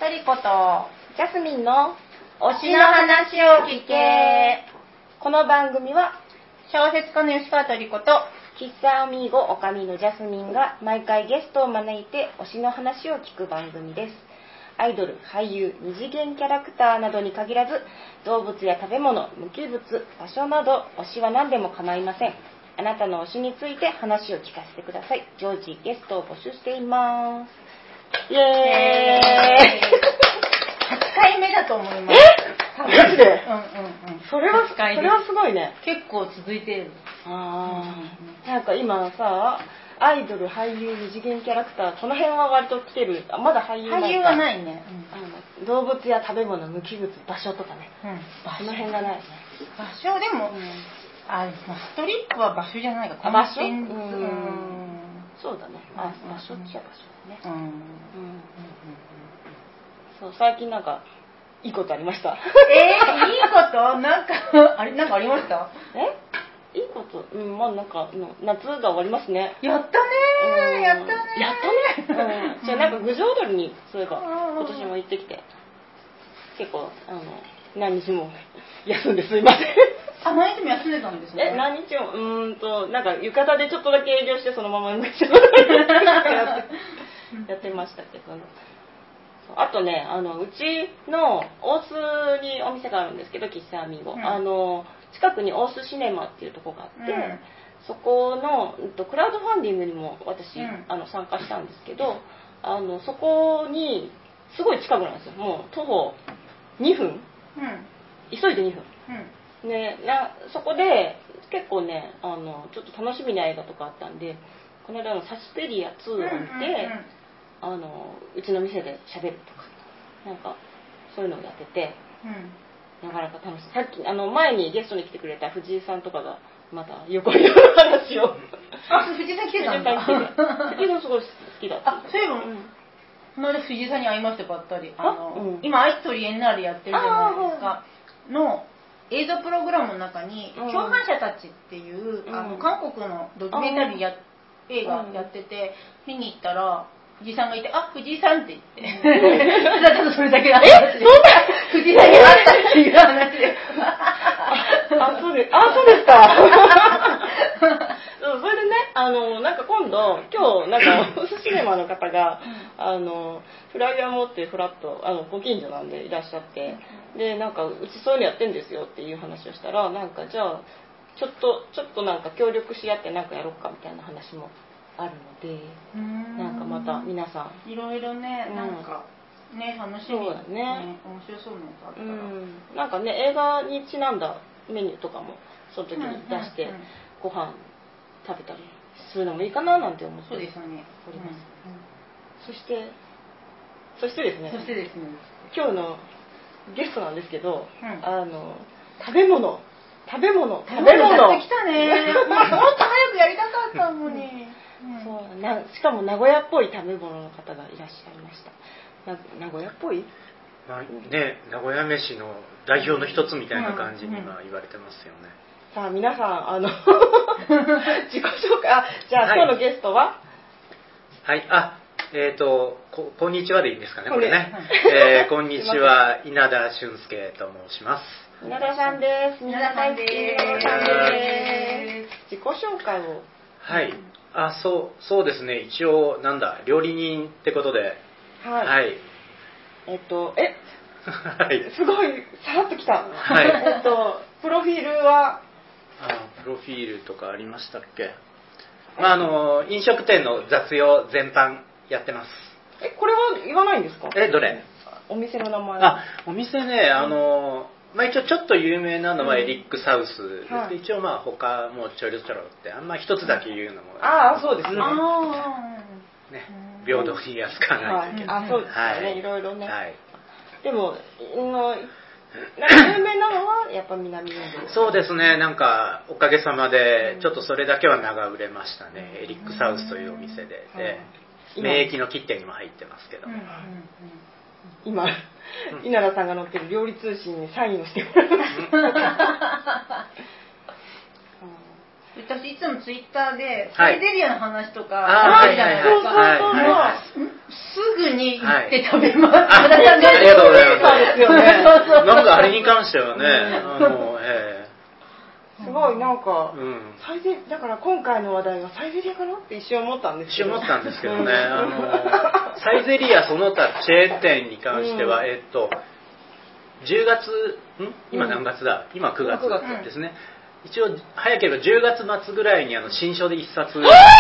トリコとジャスミンの推しの話を聞け。 この番組は小説家の吉川トリコと喫茶アミーゴおかみのジャスミンが毎回ゲストを招いて推しの話を聞く番組です。アイドル、俳優、二次元キャラクターなどに限らず、動物や食べ物、無機物、場所など推しは何でも構いません。あなたの推しについて話を聞かせてください。常時ゲストを募集しています。イエーイ 8回目だと思います。 マジで、それはすごいね。 結構続いてる。 なんか今さ、アイドル、俳優、二次元キャラクター、この辺は割と来てる。まだ俳優ないか。 俳優はないね。 動物や食べ物、無機物、場所とかね。この辺がないね。 場所でも、ストリップは場所じゃないか。 場所？そうだね。場所っちゃ場所だね。そう、最近なんかいいことありました。 いいことなんかありました？ いいこと、なんか夏が終わりますね。 やったね。 じゃあなんか郡上踊りにそういえば今年も行ってきて、結構何日も休んですいません。 何日も休んでたんですね。 何日もなんか浴衣でちょっとだけ営業してそのままやってましたけど。あとね、うちの大須にお店があるんですけど、喫茶アミーゴ、近くに大須シネマっていうとこがあって、そこのクラウドファンディングにも私、参加したんですけど、そこにすごい近くなんですよ。もう徒歩2分、急いで2分、ね、そこで結構ねちょっと楽しみな映画とかあったんで、この間のサスペリア2を見て、うちの店で喋るとか、なんかそういうのをやってて、なかなか楽しい。さっき前にゲストに来てくれた藤井さんとかがまた横にの話を藤井さん来てたんだ。 藤井さんすごい好きだって。 そういえば、この間藤井さんに会いましたばったり。今アイストリエンナーレやってるじゃないですかの映像プログラムの中に共犯者たちっていう韓国のドキュメンタリー映画やってて、見に行ったら藤井さんがいて、藤井さんって言って、ちょっとそれだけの話で、藤井さんに会ったっていう話で。 そうですか。それでね、なんか今日なんか大須シネマの方がフライヤー持ってフラッとご近所なんでいらっしゃって、でなんかうちそういうのやってんですよっていう話をしたら、なんかじゃあちょっとなんか協力し合ってなんかやろうかみたいな話もあるので、なんかまた皆さんいろいろね、なんかね、楽しみそうだね、 面白そうなのがあったら、 なんかね、映画にちなんだメニューとかもその時に出してご飯食べたりするのもいいかななんて思っております。そしてですね、今日のゲストなんですけど、食べ物やってきたね。もっと早くやりたかったのに。 しかも名古屋っぽい食べ物の方がいらっしゃいました。名古屋っぽい？ 名古屋飯の代表の一つみたいな感じに今言われてますよね。 さあ皆さん自己紹介。じゃあ今日のゲストは？ はい、こんにちはでいいですかね、これね。こんにちは、稲田俊介と申します。 稲田さんです。稲田さんです。自己紹介を。 はい。そうですね。一応料理人ってことで。はい。 すごいさらっときた。 はい。 プロフィールは？ プロフィールとかありましたっけ？飲食店の雑用全般やってます。 これは言わないんですか？ どれ？ お店の名前。 お店ね、一応ちょっと有名なのはエリックサウスですけど、一応他もちょろちょろってあんま一つだけ言うのも。 そうですね。 平等に扱わないといけない。 そうですね。いろいろね。 はい。 でも有名なのはやっぱ南インド。 そうですね。なんかおかげさまでちょっとそれだけは長売れましたね。エリックサウスというお店で、免疫の切手にも入ってますけど。 今稲田さんが載ってる料理通信にサインをしてもらいました。 私いつもツイッターでサイゼリアの話とかあるじゃないですか。すぐに行って食べます。 ありがとうございます。 ですよね。 なんかあれに関してはね、 すごいなんか、だから今回の話題はサイゼリアかなって一瞬思ったんですけど。 一瞬思ったんですけどね、サイゼリアその他チェーン店に関しては、10月、今何月だ、今9月ですね。一応早ければ10月末ぐらいに新書で1冊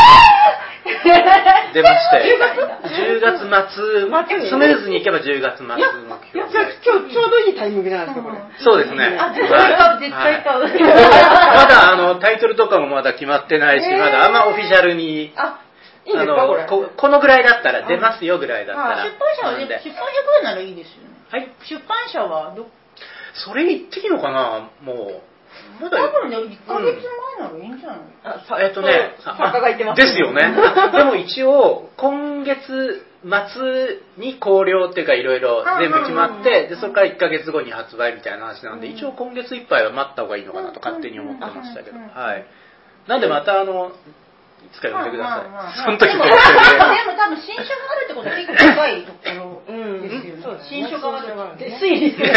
出まして、10月末、スムーズにいけば10月末目標で。 今日ちょうどいいタイミングじゃないですか、これ。 そうですね。 絶対買う。 まだタイトルとかもまだ決まってないし、まだあんまオフィシャルに。 いいんですかこれ。 このぐらいだったら出ますよぐらいだったら。 出版社は出版社ぐらいならいいですよね。 はい。 出版社はそれ言っていいのかな、もう。 まだ多分ね、1ヶ月前ならいいんじゃない？ 作家が言ってます。 ですよね。でも一応、今月末に考慮っていうかいろいろ全部決まって、で、それから1ヶ月後に発売みたいな話なんで、一応今月いっぱいは待った方がいいのかなと勝手に思ってましたけど。はい。なんでまたいつか読んでください。その時でも多分新書があるってことは結構高いところですよね。新書があるって推理する。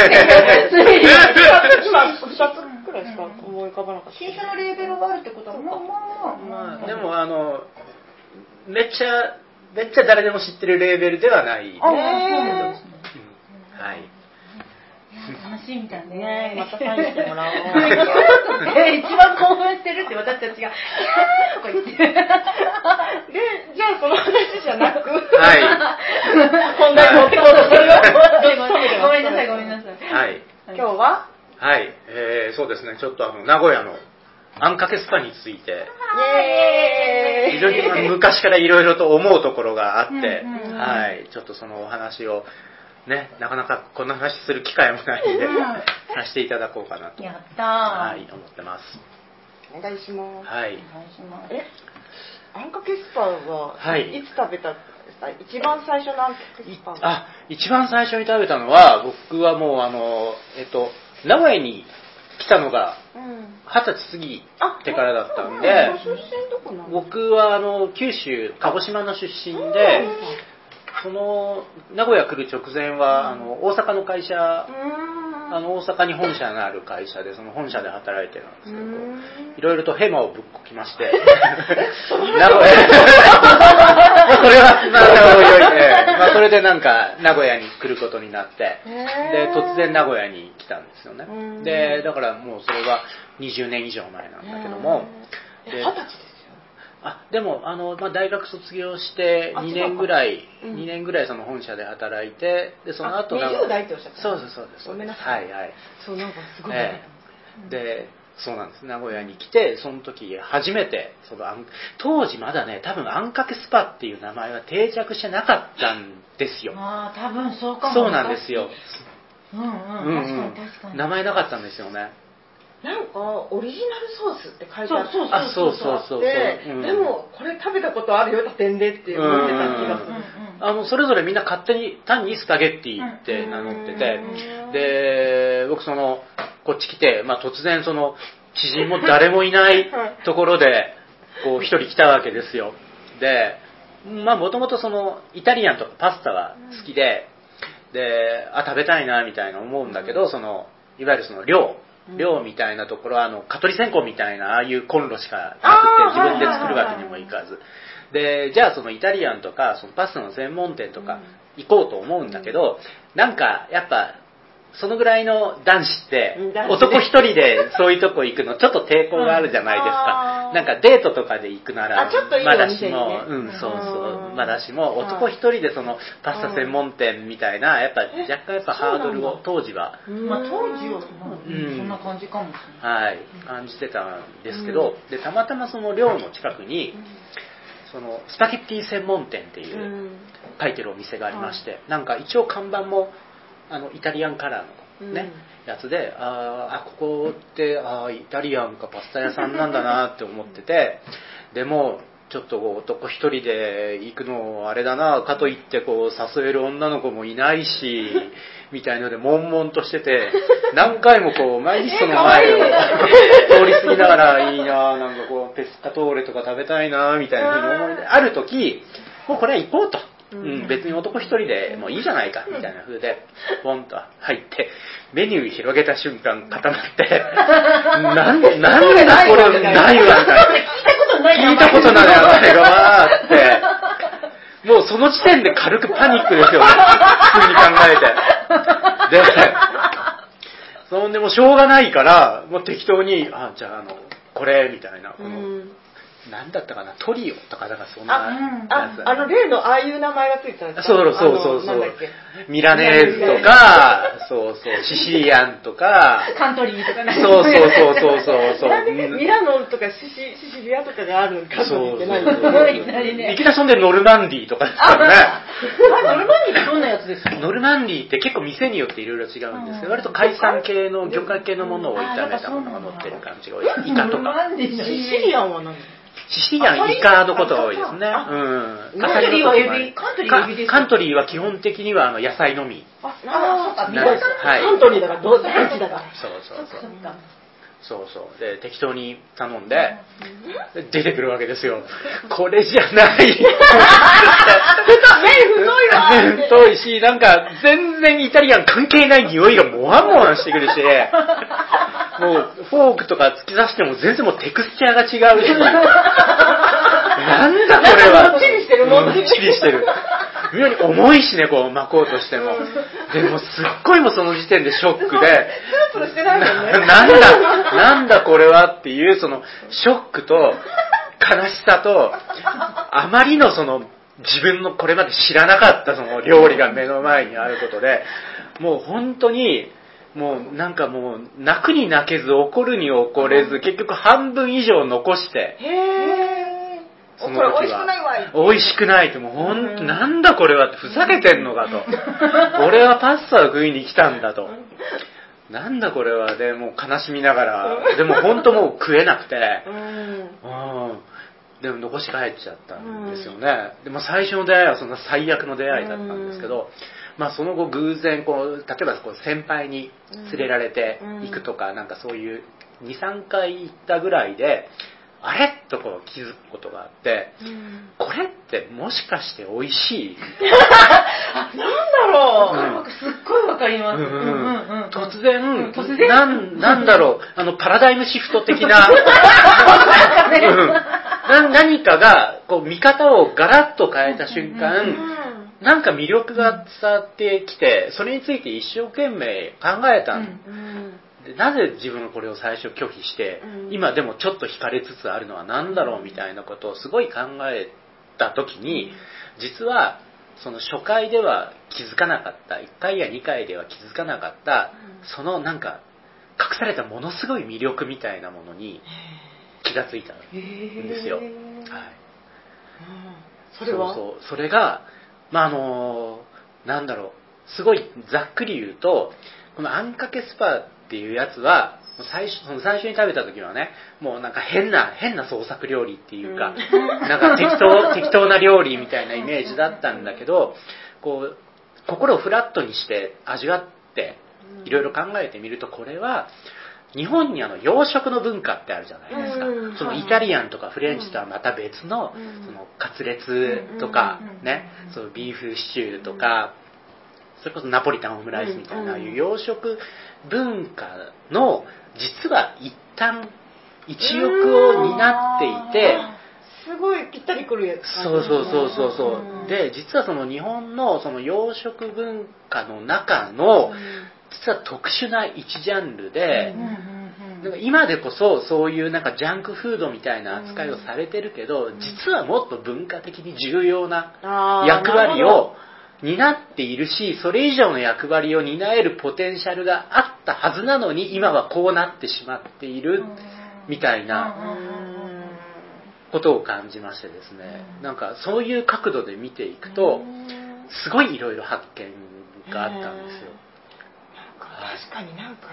今2つくらいしか思い浮かばなかった。 新書のレーベルがあるってことはまあでもめっちゃ誰でも知ってるレーベルではないです。はい。 楽しみだね。またサインしてもらおう。 一番興奮してるって私たちがとか言って。で、 じゃあその話じゃなく、 本題持ってこうとするよ。 ごめんなさい。 はい。 今日ははい。そうですね。ちょっと名古屋のあんかけスパについて、非常に昔からいろいろと思うところがあって、はい。ちょっとそのお話をね、なかなかこんな話する機会もないんで、させていただこうかなと。 やったー。 はい、思ってます。 お願いします。 はい。 あんかけスパはいつ食べたんですか？一番最初のあんかけスパ。 一番最初に食べたのは、僕はもう名古屋に来たのが20歳過ぎてからだったんで、僕は九州鹿児島の出身で、その名古屋来る直前は大阪の会社、大阪に本社のある会社で、その本社で働いてるんですけど、いろいろとヘマをぶっこきまして、名古屋それはそれでなんか名古屋に来ることになって、で突然名古屋に来たんですよね。でだからもうそれは20年以上前なんだけども、 20歳ですよ。 でも大学卒業して2年ぐらいその本社で働いて、でその後 20代っておっしゃった。 そうです。 ごめんなさい。 はい。 そうなんかすごい。 でそうなんです。名古屋に来て、その時初めて当時まだね、多分あんかけスパっていう名前は定着してなかったんですよ。 多分そうかも。 そうなんですよ。 確かに。 名前なかったんですよね。 なんかオリジナルソースって書いてあって、 そうでもこれ食べたことあるよ他店でって思ってた気がする。 それぞれみんな勝手に単にスパゲッティって名乗ってて、で僕こっち来て、突然知人も誰もいないところでこう一人来たわけですよ。でもともとイタリアンとかパスタは好きで、食べたいなみたいな思うんだけど、いわゆる寮みたいなところは蚊取り線香みたいなああいうコンロしかなくて、自分で作るわけにもいかずで、じゃあイタリアンとかパスタの専門店とか行こうと思うんだけど、なんかやっぱそのぐらいの男子って男一人でそういうとこ行くのちょっと抵抗があるじゃないですか。なんかデートとかで行くならまだしも、まだしも男一人でパスタ専門店みたいな、やっぱ若干ハードルを当時は当時はそんな感じかもしれない。 感じてたんですけど、でたまたま寮の近くにスパゲッティ専門店っていう書いてるお店がありまして、なんか一応看板もイタリアンカラーのね、やつで、ここってイタリアンかパスタ屋さんなんだなって思ってて、でもちょっと男一人で行くのあれだな、かといって誘える女の子もいないし、みたいので悶々としてて、何回も毎日その前を通り過ぎながら、いいな、なんかペスカトーレとか食べたいな、みたいなふうに思いで、ある時、もうこれは行こうと。別に男一人でもういいじゃないか、みたいな風で、ポンと入って、メニュー広げた瞬間固まって、なんでだこれないわ、みたいな。聞いたことない名前がわーって、もうその時点で軽くパニックですよね、普通に考えて。で、そんでもしょうがないから、もう適当に、じゃあこれ、みたいな。なんだったかな、トリオとかなんかそんなやつ。 例のああいう名前がついてたんですか？ そう。ミラネーズとか、シシリアンとか、 カントリーとかね。 そう。 ミラノとかシシリアとかがあるカントリーって何？ いきなりそんでノルマンディーとかですからね。 ノルマンディーってどんなやつですか？ ノルマンディーって結構店によっていろいろ違うんですけど、割と海産系の魚介系のものを炒めたものが乗ってる感じが多いです。イカとか。 シシリアンは何？ シシリアン、イカのことが多いですね。 カントリーはエビ、 カントリーは基本的には野菜のみ。 そうか、カントリーだから、どうせヘチだから。 そう。で、適当に頼んで、出てくるわけですよ。これじゃない。麺太いし、なんか全然イタリアン関係ない匂いがもわもわしてくるし、もうフォークとか突き刺しても全然もうテクスチャーが違うし、なんだこれは。 もっちりしてる。 妙に重いしね、巻こうとしても。でもすっごいもその時点でショックで、なんだこれはっていうそのショックと悲しさと、あまりの自分のこれまで知らなかったその料理が目の前にあることで、もう本当に、もうなんかもう泣くに泣けず怒るに怒れず、結局半分以上残して、 その時はこれ美味しくないわい。 美味しくないって、もうほんと、なんだこれはって、ふざけてんのかと。俺はパスタを食いに来たんだと。なんだこれは、でもう悲しみながら、でも本当もう食えなくて、でも残し帰っちゃったんですよね。でも最初の出会いはそんな最悪の出会いだったんですけど、その後偶然例えば先輩に連れられて行くとか、なんかそういう2、3回行ったぐらいで、あれと気づくことがあって、これってもしかして美味しいなんだろう、すっごいわかります。 突然なんだろう、パラダイムシフト的な、何かが見方をガラッと変えた瞬間、なんか魅力が伝わってきて、それについて一生懸命考えたの。なぜ自分はこれを最初拒否して、今でもちょっと惹かれつつあるのは何だろうみたいなことをすごい考えた時に、実はその初回では気づかなかった、1回や2回では気づかなかった、そのなんか隠されたものすごい魅力みたいなものに気がついたんですよ。 それは？ それが、なんだろう、すごいざっくり言うと、このあんかけスパっていうやつは最初に食べた時はね、もうなんか変な創作料理っていうか、なんか適当な料理みたいなイメージだったんだけど、心をフラットにして味わっていろいろ考えてみると、これは日本に洋食の文化ってあるじゃないですか。そのイタリアンとかフレンチとはまた別の、そのカツレツとかね、そのビーフシチューとか、それこそナポリタンオムライスみたいな、ああいう洋食文化の実は一翼を担っていて、 すごいぴったりくるやつ。 そうで、実はその日本のその洋食文化の中の実は特殊な一ジャンルで、今でこそそういうなんかジャンクフードみたいな扱いをされてるけど、実はもっと文化的に重要な役割を担っているし、それ以上の役割を担えるポテンシャルがあったはずなのに、今はこうなってしまっているみたいなことを感じましてですね、なんかそういう角度で見ていくとすごいいろいろ発見があったんですよ。 確かになんか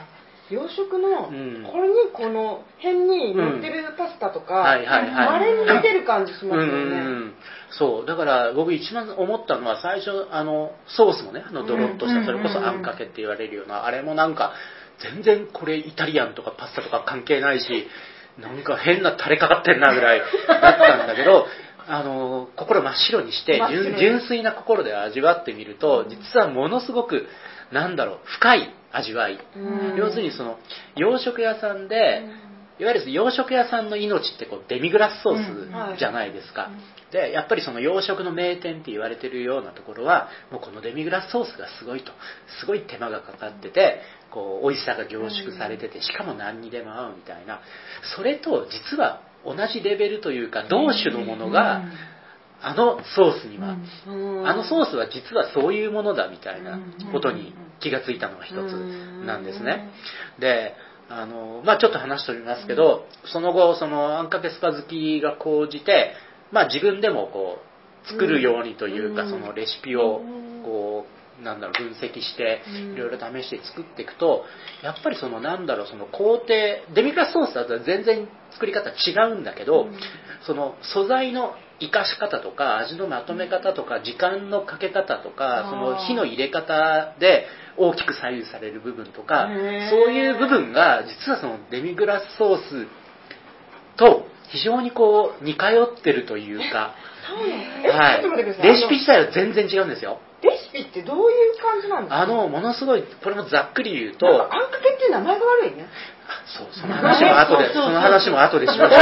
洋食の、これにこの辺に乗ってるパスタとか、あれに似てる感じしますよね。 そうだから僕一番思ったのは最初ソースもねドロッとしたそれこそあんかけって言われるようなあれもなんか全然これイタリアンとかパスタとか関係ないしなんか変な垂れかかってんなぐらいだったんだけど心真っ白にして純粋な心で味わってみると実はものすごく深い味わい、要するにその洋食屋さんでいわゆる洋食屋さんの命ってこうデミグラスソースじゃないですか、でやっぱりその洋食の名店って言われてるようなところはもうこのデミグラスソースがすごいとすごい手間がかかっててこう美味しさが凝縮されててしかも何にでも合うみたいなそれと実は同じレベルというか同種のものがソースにはソースは実はそういうものだみたいなことに気がついたのが一つなんですね。でちょっと話しておりますけどその後そのあんかけスパ好きが高じて自分でもこう作るようにというかそのレシピをこう分析していろいろ試して作っていくとやっぱりそのその工程デミグラスソースだと全然作り方違うんだけどその素材の生かし方とか味のまとめ方とか時間のかけ方とかその火の入れ方で大きく左右される部分とかそういう部分が実はそのデミグラスソースと非常にこう似通ってるというかレシピ自体は全然違うんですよ。 レシピってどういう感じなんですか？ ものすごいこれもざっくり言うとあんかけっていう名前が悪いね。 そうその話も後でしましょ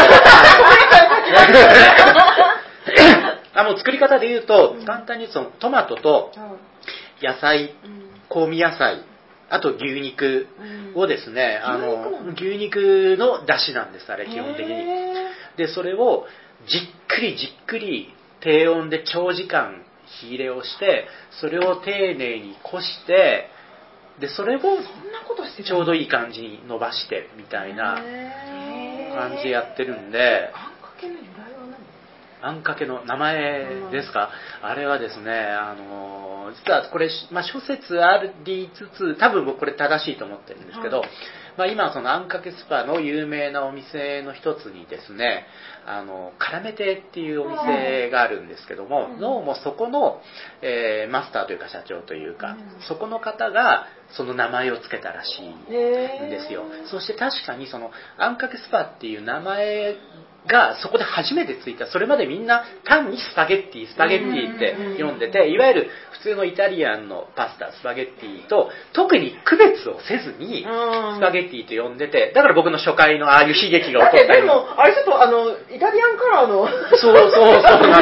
う。もう作り方で言うと簡単に言うとトマトと野菜香味野菜あと牛肉をですね牛肉の出汁なんですあれ基本的に。でそれをじっくり低温で長時間火入れをしてそれを丁寧にこしてでそれをちょうどいい感じに伸ばしてみたいな感じでやってるんであんかけの由来は何？ あんかけの名前ですか？あれはですね実はこれ、諸説ありつつ多分僕これ正しいと思ってるんですけど、今そのあんかけスパの有名なお店の一つにですねからめ亭っていうお店があるんですけどもどうもそこの、マスターというか社長というかそこの方がその名前を付けたらしいんですよ。そして確かにそのあんかけスパっていう名前がそこで初めてついたそれまでみんな単にスパゲッティって呼んでていわゆる普通のイタリアンのパスタスパゲッティと特に区別をせずにスパゲッティと呼んでてだから僕の初回のああいう悲劇が起こったりでもあれちょっとイタリアンカラーのそうなんですよ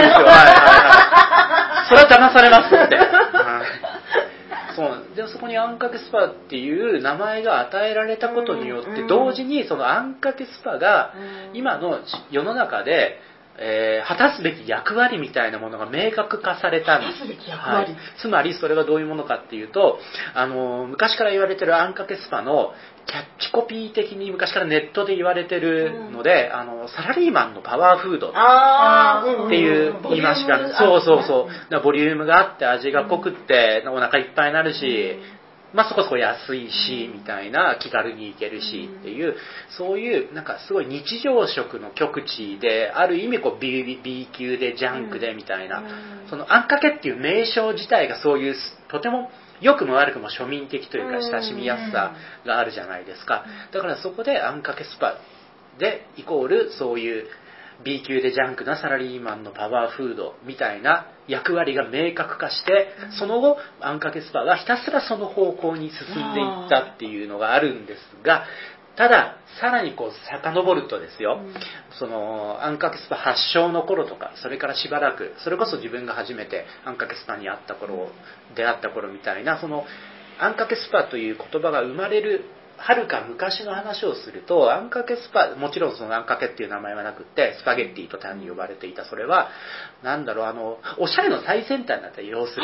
それは騙されますってそうなんです。でそこにあんかけスパっていう名前が与えられたことによって同時にそのあんかけスパが今の世の中で、果たすべき役割みたいなものが明確化されたんです。つまりそれがどういうものかっていうと昔から言われてるあんかけスパのキャッチコピー的に昔からネットで言われてるのでサラリーマンのパワーフードっていう言い回しがある。そうボリュームがあって味が濃くってお腹いっぱいになるしそこそこ安いしみたいな気軽に行けるしっていうそういうなんかすごい日常食の極致である意味こう B 級でジャンクでみたいなそのあんかけっていう名称自体がそういうとても良くも悪くも庶民的というか親しみやすさがあるじゃないですか。だからそこであんかけスパでイコールそういう B 級でジャンクなサラリーマンのパワーフードみたいな役割が明確化してその後あんかけスパがひたすらその方向に進んでいったっていうのがあるんですがたださらにこう遡るとですよそのあんかけスパ発祥の頃とかそれからしばらくそれこそ自分が初めてあんかけスパに出会った頃みたいなそのあんかけスパという言葉が生まれるはるか昔の話をするとあんかけスパもちろんそのあんかけっていう名前はなくってスパゲッティと単に呼ばれていたそれはおしゃれの最先端だった要するに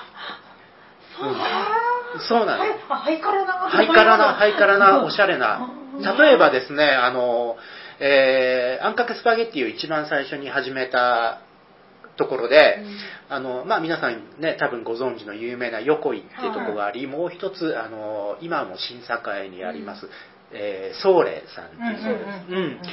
そうなんです。ハイカラなおしゃれな例えばですねあんかけスパゲッティを一番最初に始めたところで、皆さんね多分ご存知の有名な横井っていうところがあり、もう一つ今も新栄にあります、宗霊さんっていうそうです。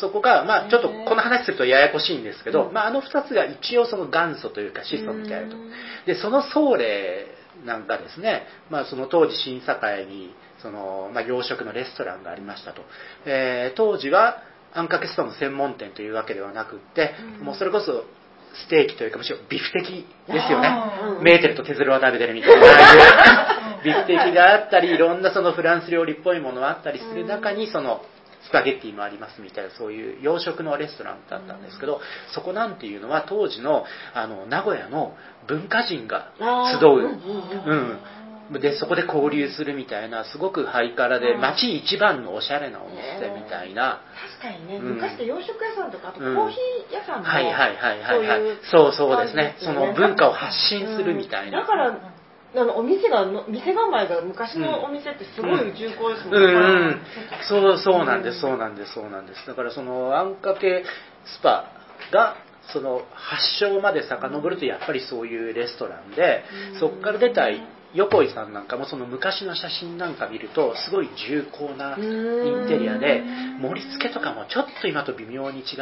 そこが、ちょっとこの話するとややこしいんですけど、あの2つが一応その元祖というか子孫みたいなと。で、その宗霊なんかですね、その当時新栄に洋食のレストランがありましたと。当時はあんかけそばの専門店というわけではなくって、もうそれこそステーキというかむしろビフテキですよね。メーテルとテズルは食べてるみたいなビフテキがあったり、いろんなそのフランス料理っぽいものがあったりする中にそのスパゲッティもありますみたいな、そういう洋食のレストランだったんですけど、そこなんていうのは当時の名古屋の文化人が集う、でそこで交流するみたいな、すごくハイカラで街一番のおしゃれなお店みたいな。 確かにね、昔って洋食屋さんとかあとコーヒー屋さんもそうですね、その文化を発信するみたいな。 だから店構えが昔のお店ってすごい重厚ですもんね。 そうなんです。だからそのあんかけスパがその発祥まで遡るとやっぱりそういうレストランで、そこから出た横井さんなんかもその昔の写真なんか見るとすごい重厚なインテリアで、盛り付けとかもちょっと今と微妙に違って、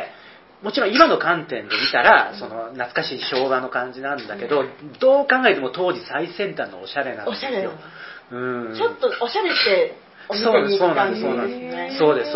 もちろん今の観点で見たらその懐かしい昭和の感じなんだけど、どう考えても当時最先端のおしゃれなんですよ。 ちょっとおしゃれってお店に行く感じですね。 そうです。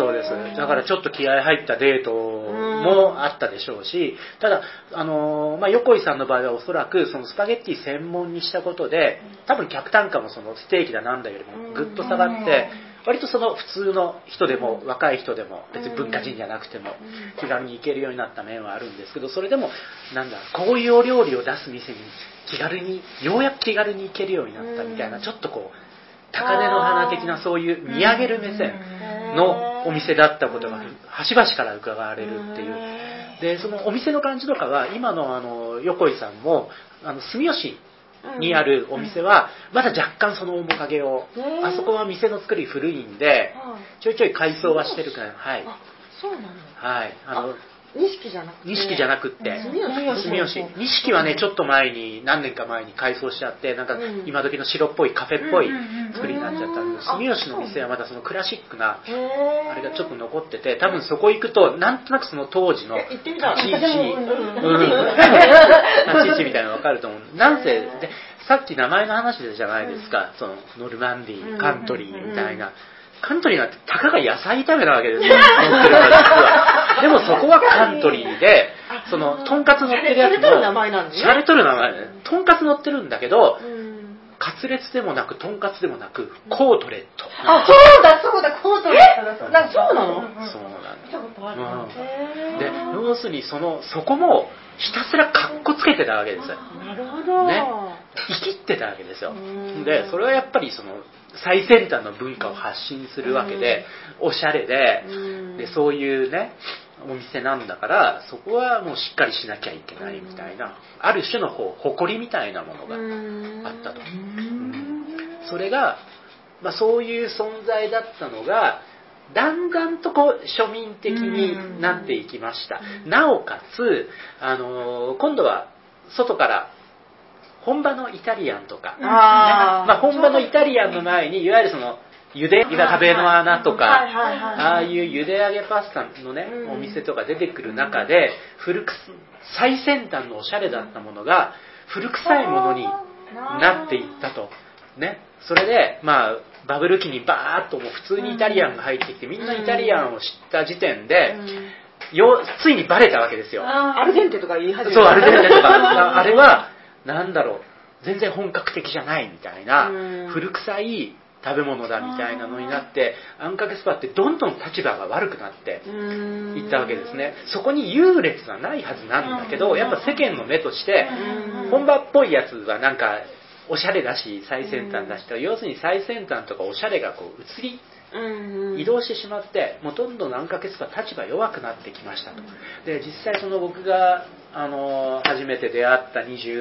だからちょっと気合入ったデートもあったでしょうし、ただ横井さんの場合はおそらくそのスパゲッティ専門にしたことで、多分客単価もそのステーキだなんだよりもぐっと下がって、割とその普通の人でも若い人でも別に文化人じゃなくても気軽に行けるようになった面はあるんですけど、それでもこういうお料理を出す店にようやく気軽に行けるようになったみたいな、ちょっとこう高嶺の花的なそういう見上げる目線のお店だったことが端々から伺われるっていう。でそのお店の感じとかは今の横井さんも住吉にあるお店はまだ若干その面影を、あそこは店の作り古いんでちょいちょい改装はしてるから、 そうなの。錦じゃなくて住吉。錦はねちょっと何年か前に改装しちゃって、今時の白っぽいカフェっぽい作りになっちゃったんです。住吉の店はまだそのクラシックなあれがちょっと残ってて、多分そこ行くとなんとなくその当時の立ち位置みたいなの分かると思う。なんせでさっき名前の話じゃないですか、そのノルマンディーカントリーみたいな。カントリーなんてたかが野菜炒めなわけですよ、乗ってるの実は。でもそこはカントリーで、そのとんかつ乗ってるやつもシャレとる名前なんですね。 シャレとる名前、とんかつ乗ってるんだけど、カツレツでもなくとんかつでもなくコートレット。 そうだコートレットだ。 そうなの？ そうなん見たことある。 で要するにそこもひたすらカッコつけてたわけですよ。 なるほど。 ね、生きってたわけですよ。でそれはやっぱりその最先端の文化を発信するわけで、おしゃれでそういうねお店なんだから、そこはもうしっかりしなきゃいけないみたいな、ある種の誇りみたいなものがあったと。それが、そういう存在だったのがだんだんと庶民的になっていきました。なおかつ今度は外から本場のイタリアンとか、本場のイタリアンの前にいわゆるそのゆで壁の穴とか、ああいうゆで揚げパスタのねお店とか出てくる中で、最先端のおしゃれだったものが古臭いものになっていったとね。それでバブル期にバーッともう普通にイタリアンが入ってきて、みんなイタリアンを知った時点でついにバレたわけですよ。 アルデンテとか言い始めた。 そうアルデンテとかあれは全然本格的じゃないみたいな、古臭い食べ物だみたいなのになって、あんかけスパってどんどん立場が悪くなっていったわけですね。そこに優劣はないはずなんだけど、やっぱ世間の目として本場っぽいやつはおしゃれだし最先端だし、要するに最先端とかおしゃれが移り移動してしまって、もうどんどんあんかけスパ立場弱くなってきましたと。で実際その僕が初めて出会った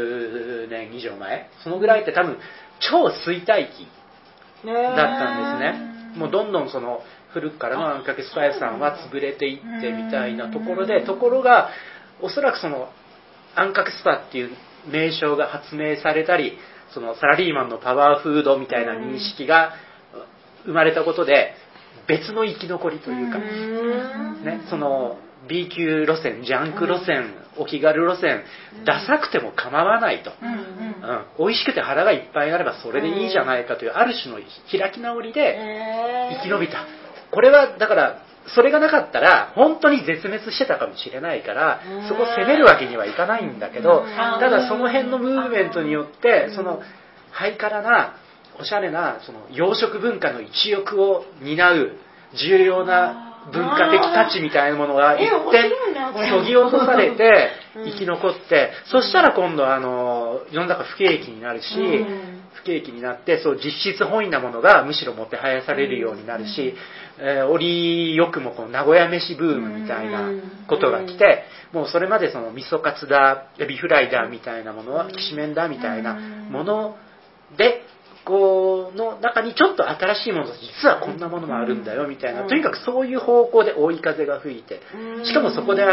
20年以上前、そのぐらいって多分超衰退期だったんですね。もうどんどんその古くからのあんかけスパ屋さんは潰れていってみたいなところが、おそらくそのあんかけスパっていう名称が発明されたり、そのサラリーマンのパワーフードみたいな認識が生まれたことで、別の生き残りというか、ね、その B 級路線、ジャンク路線、お気軽路線、ダサくても構わないと、美味しくて腹がいっぱいになればそれでいいじゃないかというある種の開き直りで生き延びた。これはだからそれがなかったら本当に絶滅してたかもしれないから、そこを責めるわけにはいかないんだけど、ただその辺のムーブメントによってそのハイカラなおしゃれなその洋食文化の一翼を担う重要な文化的価値みたいなものが一点そぎ落とされて生き残って、そしたら今度世の中不景気になるし、不景気になってそう実質本位なものがむしろもてはやされるようになるし、折よくもこの名古屋飯ブームみたいなことが来て、もうそれまでその味噌カツだエビフライだみたいなものはきしめんだみたいなものでこの中にちょっと新しいもの、実はこんなものもあるんだよみたいな、とにかくそういう方向で追い風が吹いて、しかもそこで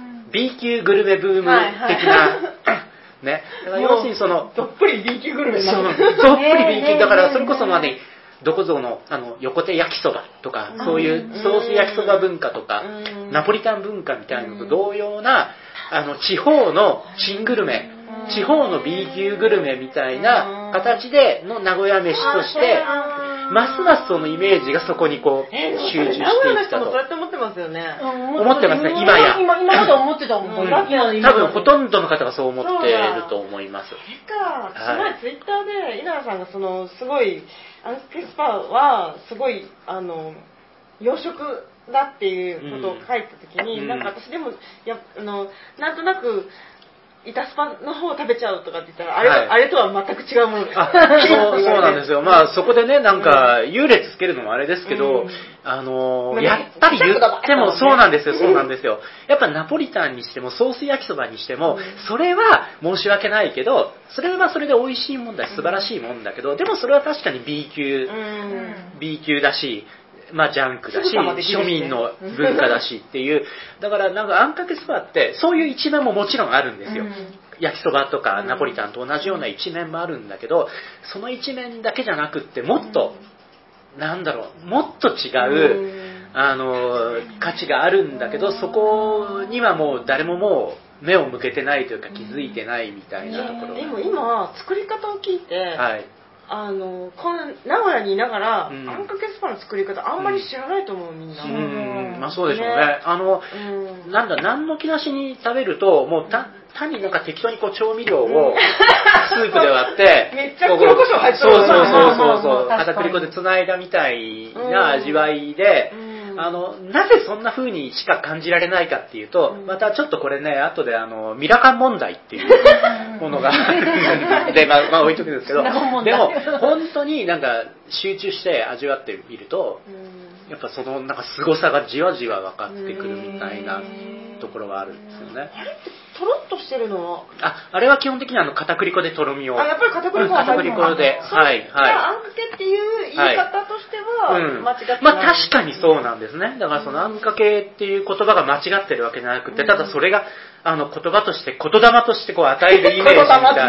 B 級グルメブーム的な、ね、だから要するにそのどっぷり B 級グルメになる、 どっぷり B 級だから、それこそどこぞの横手焼きそばとか、そういうソース焼きそば文化とか、ナポリタン文化みたいなのと同様な地方の新グルメ、地方の B 級グルメみたいな形での名古屋飯として、ますますそのイメージがそこにこう集中していったと。 そうやって思ってますよね。 思ってますね、今や。 今まで思ってたもん。 多分ほとんどの方がそう思っていると思います。 それか、この前ツイッターで稲田さんがすごいアンケスパはすごい洋食だっていうことを書いたときに、なんか私でもなんとなく板スパの方を食べちゃうとかって言ったら、あれとは全く違うものです。 そうなんですよ。まあそこでね、なんか優劣つけるのもあれですけど、やっぱり言ってもそうなんですよ、そうなんですよ。やっぱナポリタンにしてもソース焼きそばにしても、それは申し訳ないけど、それはそれで美味しいもんだし素晴らしいもんだけど、でもそれは確かに B 級だし、まあジャンクだし、庶民の文化だしっていう、だからなんかあんかけそばってそういう一面ももちろんあるんですよ。焼きそばとかナポリタンと同じような一面もあるんだけど、その一面だけじゃなくってもっともっと違う価値があるんだけど、そこにはもう誰ももう目を向けてないというか気づいてないみたいなところ。 でも今作り方を聞いて、 はい、 名古屋にいながら、あんかけスパの作り方あんまり知らないと思う、みんな。 まあそうでしょうね。何の気なしに食べると、もう単になんか適当にこう調味料をスープで割って、 めっちゃ黒胡椒入ってる。 そう、片栗粉でつないだみたいな味わいで、なぜそんな風にしか感じられないかっていうと、またちょっとこれね、後でミラカン問題っていうものがで、まあ置いとくんですけど、でも本当になんか集中して味わってみると、やっぱそのなんか凄さがじわじわ分かってくるみたいなところがあるんですよね。 あれってとろっとしてるのはあれは基本的に片栗粉でとろみを。 やっぱり片栗粉が入るの。片栗粉で、はい。 あんかけっていう言い方としては間違ってない。 まあ確かにそうなんですね。だからそのあんかけっていう言葉が間違ってるわけじゃなくて、ただそれが言葉として言霊としてこう与えるイメージ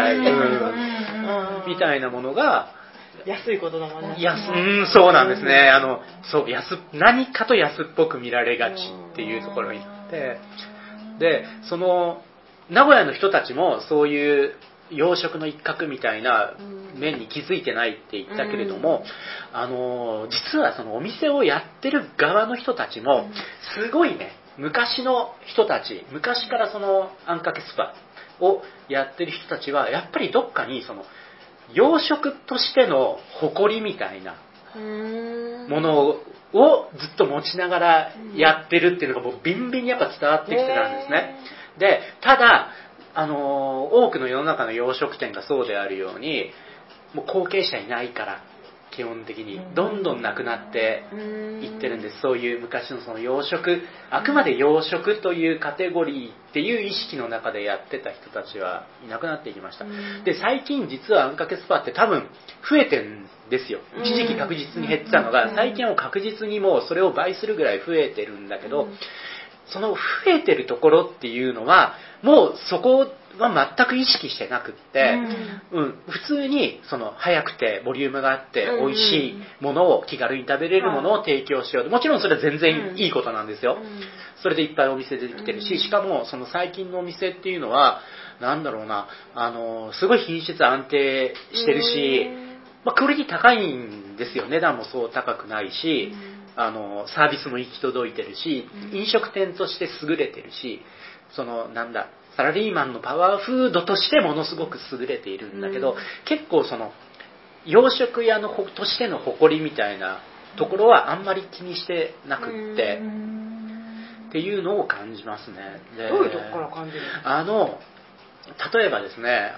みたいなものが。 安いことだもんね。 そうなんですね。何かと安っぽく見られがちっていうところにあって、で、その名古屋の人たちもそういう洋食の一角みたいな面に気づいてないって言ったけれども、実はそのお店をやってる側の人たちもすごいね、昔の人たち、昔からそのあんかけスパをやってる人たちはやっぱりどっかにその洋食としての誇りみたいなものをずっと持ちながらやってるっていうのがもうビンビンにやっぱ伝わってきてたんですね。で、ただ多くの世の中の洋食店がそうであるように、もう後継者いないから基本的にどんどんなくなっていってるんです。そういう昔のその洋食、あくまで洋食というカテゴリーっていう意識の中でやってた人たちはいなくなっていきました。で、最近実はあんかけスパって多分増えてるんですよ。一時期確実に減ってたのが、最近はもう確実にもうそれを倍するぐらい増えてるんだけど、 その増えてるところっていうのはもうそこは全く意識してなくって、普通にその早くてボリュームがあって美味しいものを気軽に食べれるものを提供しようと、もちろんそれは全然いいことなんですよ。それでいっぱいお店出てきてるし、しかもその最近のお店っていうのはなんだろうな、すごい品質安定してるし、クオリティ高いんですよ。値段もそう高くないし、サービスも行き届いてるし、飲食店として優れてるし、そのなんだサラリーマンのパワーフードとしてものすごく優れているんだけど、結構その洋食屋のとしての誇りみたいなところはあんまり気にしてなくってっていうのを感じますね。 でどういうとこから感じるの？ 例えばですね、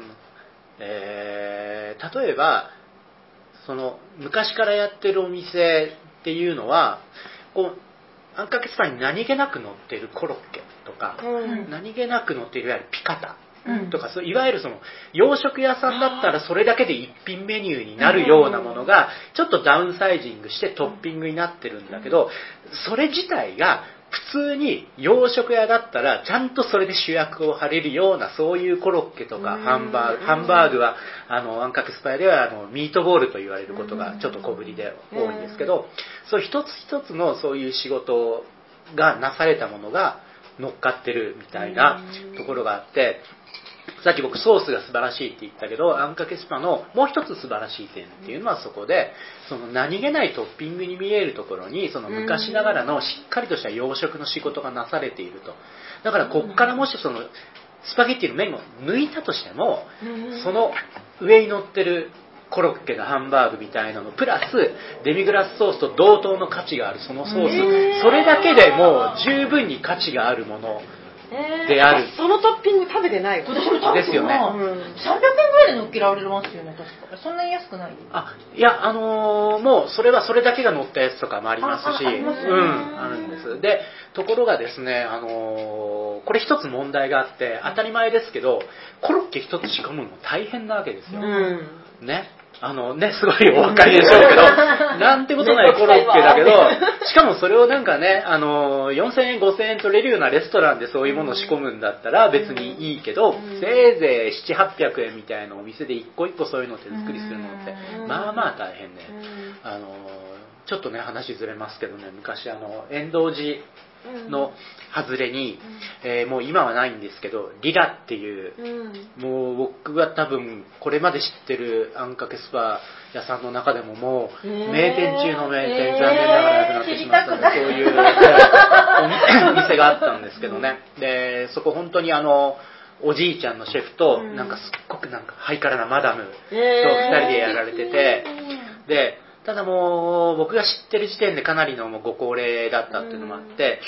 例えばその昔からやってるお店っていうのはこうあんかけスパに何気なく乗っているコロッケとか、何気なく乗っているいわゆるピカタとか、いわゆるその洋食屋さんだったらそれだけで一品メニューになるようなものがちょっとダウンサイジングしてトッピングになってるんだけど、それ自体が普通に洋食屋だったらちゃんとそれで主役を張れるようなそういうコロッケとかハンバーグはあんかけスパイではミートボールと言われることがちょっと小ぶりで多いんですけど、そう一つ一つのそういう仕事がなされたものが乗っかってるみたいなところがあって、さっき僕ソースが素晴らしいって言ったけど、あんかけスパのもう一つ素晴らしい点っていうのはそこで、その何気ないトッピングに見えるところにその昔ながらのしっかりとした洋食の仕事がなされていると。だからこっからもしそのスパゲッティの麺を抜いたとしても、その上に乗ってるコロッケのハンバーグみたいなのプラスデミグラスソースと同等の価値があるそのソース、それだけでもう十分に価値があるものである。 そのトッピング食べてない。 私も食べてですよね。 300円ぐらいで乗っけられますよね、確か。そんなに安くない？ いや、もうそれはそれだけが乗ったやつとかもありますし、あるんです。で、ところがですね、これ一つ問題があって、当たり前ですけど、コロッケ一つ仕込むのも大変なわけですよ。ね。すごいお分かりでしょうけど、なんてことないコロッケだけど、しかもそれをなんかね、4000円、5000円取れるようなレストランでそういうものを仕込むんだったら別にいいけど、せいぜい7、800円みたいなお店で一個一個そういうの手作りするのって、まあまあ大変で、ちょっとね、話ずれますけどね、昔遠藤寺の外れに、もう今はないんですけどリラっていう、もう僕が多分これまで知ってるあんかけスパ屋さんの中でももう名店中の名店、残念ながらなくなってしまったので、そういうお店があったんですけどね。でそこ本当におじいちゃんのシェフとなんかすっごくなんかハイカラなマダムと2人でやられてて、でただもう僕が知ってる時点でかなりのご高齢だったっていうのもあって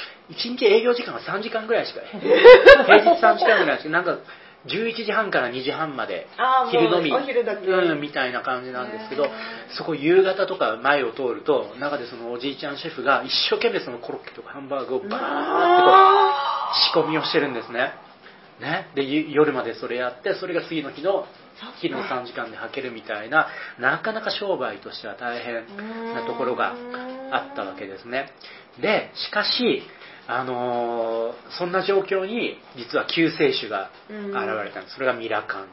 、1日営業時間が3時間ぐらいしか平日3時間ぐらいしか、なんか11時半から2時半まで昼飲みみたいな感じなんですけど、そこ夕方とか前を通ると中でそのおじいちゃんシェフが一生懸命そのコロッケとかハンバーグをバーってこう仕込みをしてるんですね。で夜までそれやって、それが次の日の昼の3時間で履けるみたいな、なかなか商売としては大変なところがあったわけですね。でしかしそんな状況に実は救世主が現れたんです。それがミラカン、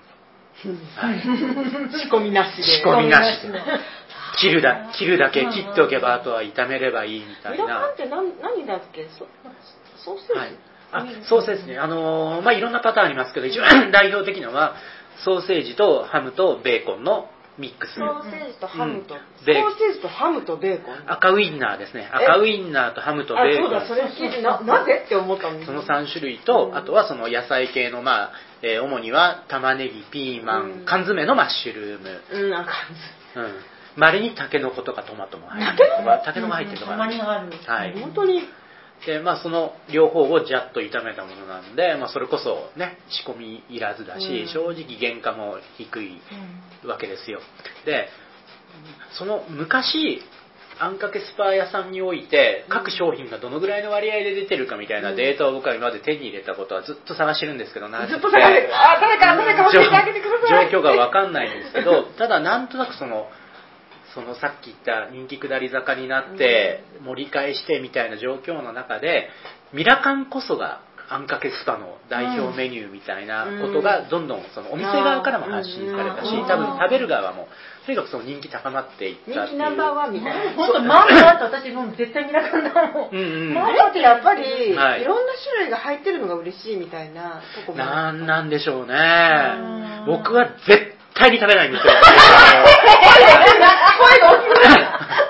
仕込みなしで切るだけ切っておけばあとは炒めればいいみたいな。 ミラカンって何だっけ？ソーセージ？ ソーセージね。いろんなパターンありますけど、一番代表的なのはソーセージとハムとベーコンのミックス。 ソーセージとハムと、ソーセージとハムとベーコン。 赤ウインナーですね。赤ウインナーとハムとベーコン。 そうだ、それ聞いてなぜって思ったんです。 その3種類と、あとはその野菜系の主には玉ねぎ、ピーマン、缶詰のマッシュルーム。稀にタケノコとかトマトも入ってるとか、タケノコ入ってるとか。 たまにある。 はい。 本当に。 でその両方をジャッと炒めたものなんで、それこそね仕込みいらずだし、正直原価も低いわけですよ。でその昔あんかけスパ屋さんにおいて各商品がどのぐらいの割合で出てるかみたいなデータを僕は今まで手に入れたことはずっと探してるんですけど、 ずっと探して誰か教えてあげてください。 状況が分かんないんですけど、ただなんとなくそのそのさっき言った人気下り坂になって盛り返してみたいな状況の中でミラカンこそがあんかけスパの代表メニューみたいなことがどんどんそのお店側からも発信されたし、多分食べる側もとにかくその人気高まっていったっていう。 人気ナンバーワンみたいな。 本当マンゴーだと私もう絶対ミラカンだもん。 マンゴーってやっぱりいはい、 ろんな種類が入ってるのが嬉しいみたいなとこも。 なんでしょうね。僕は絶対に食べないんですよ。声が大きくなる。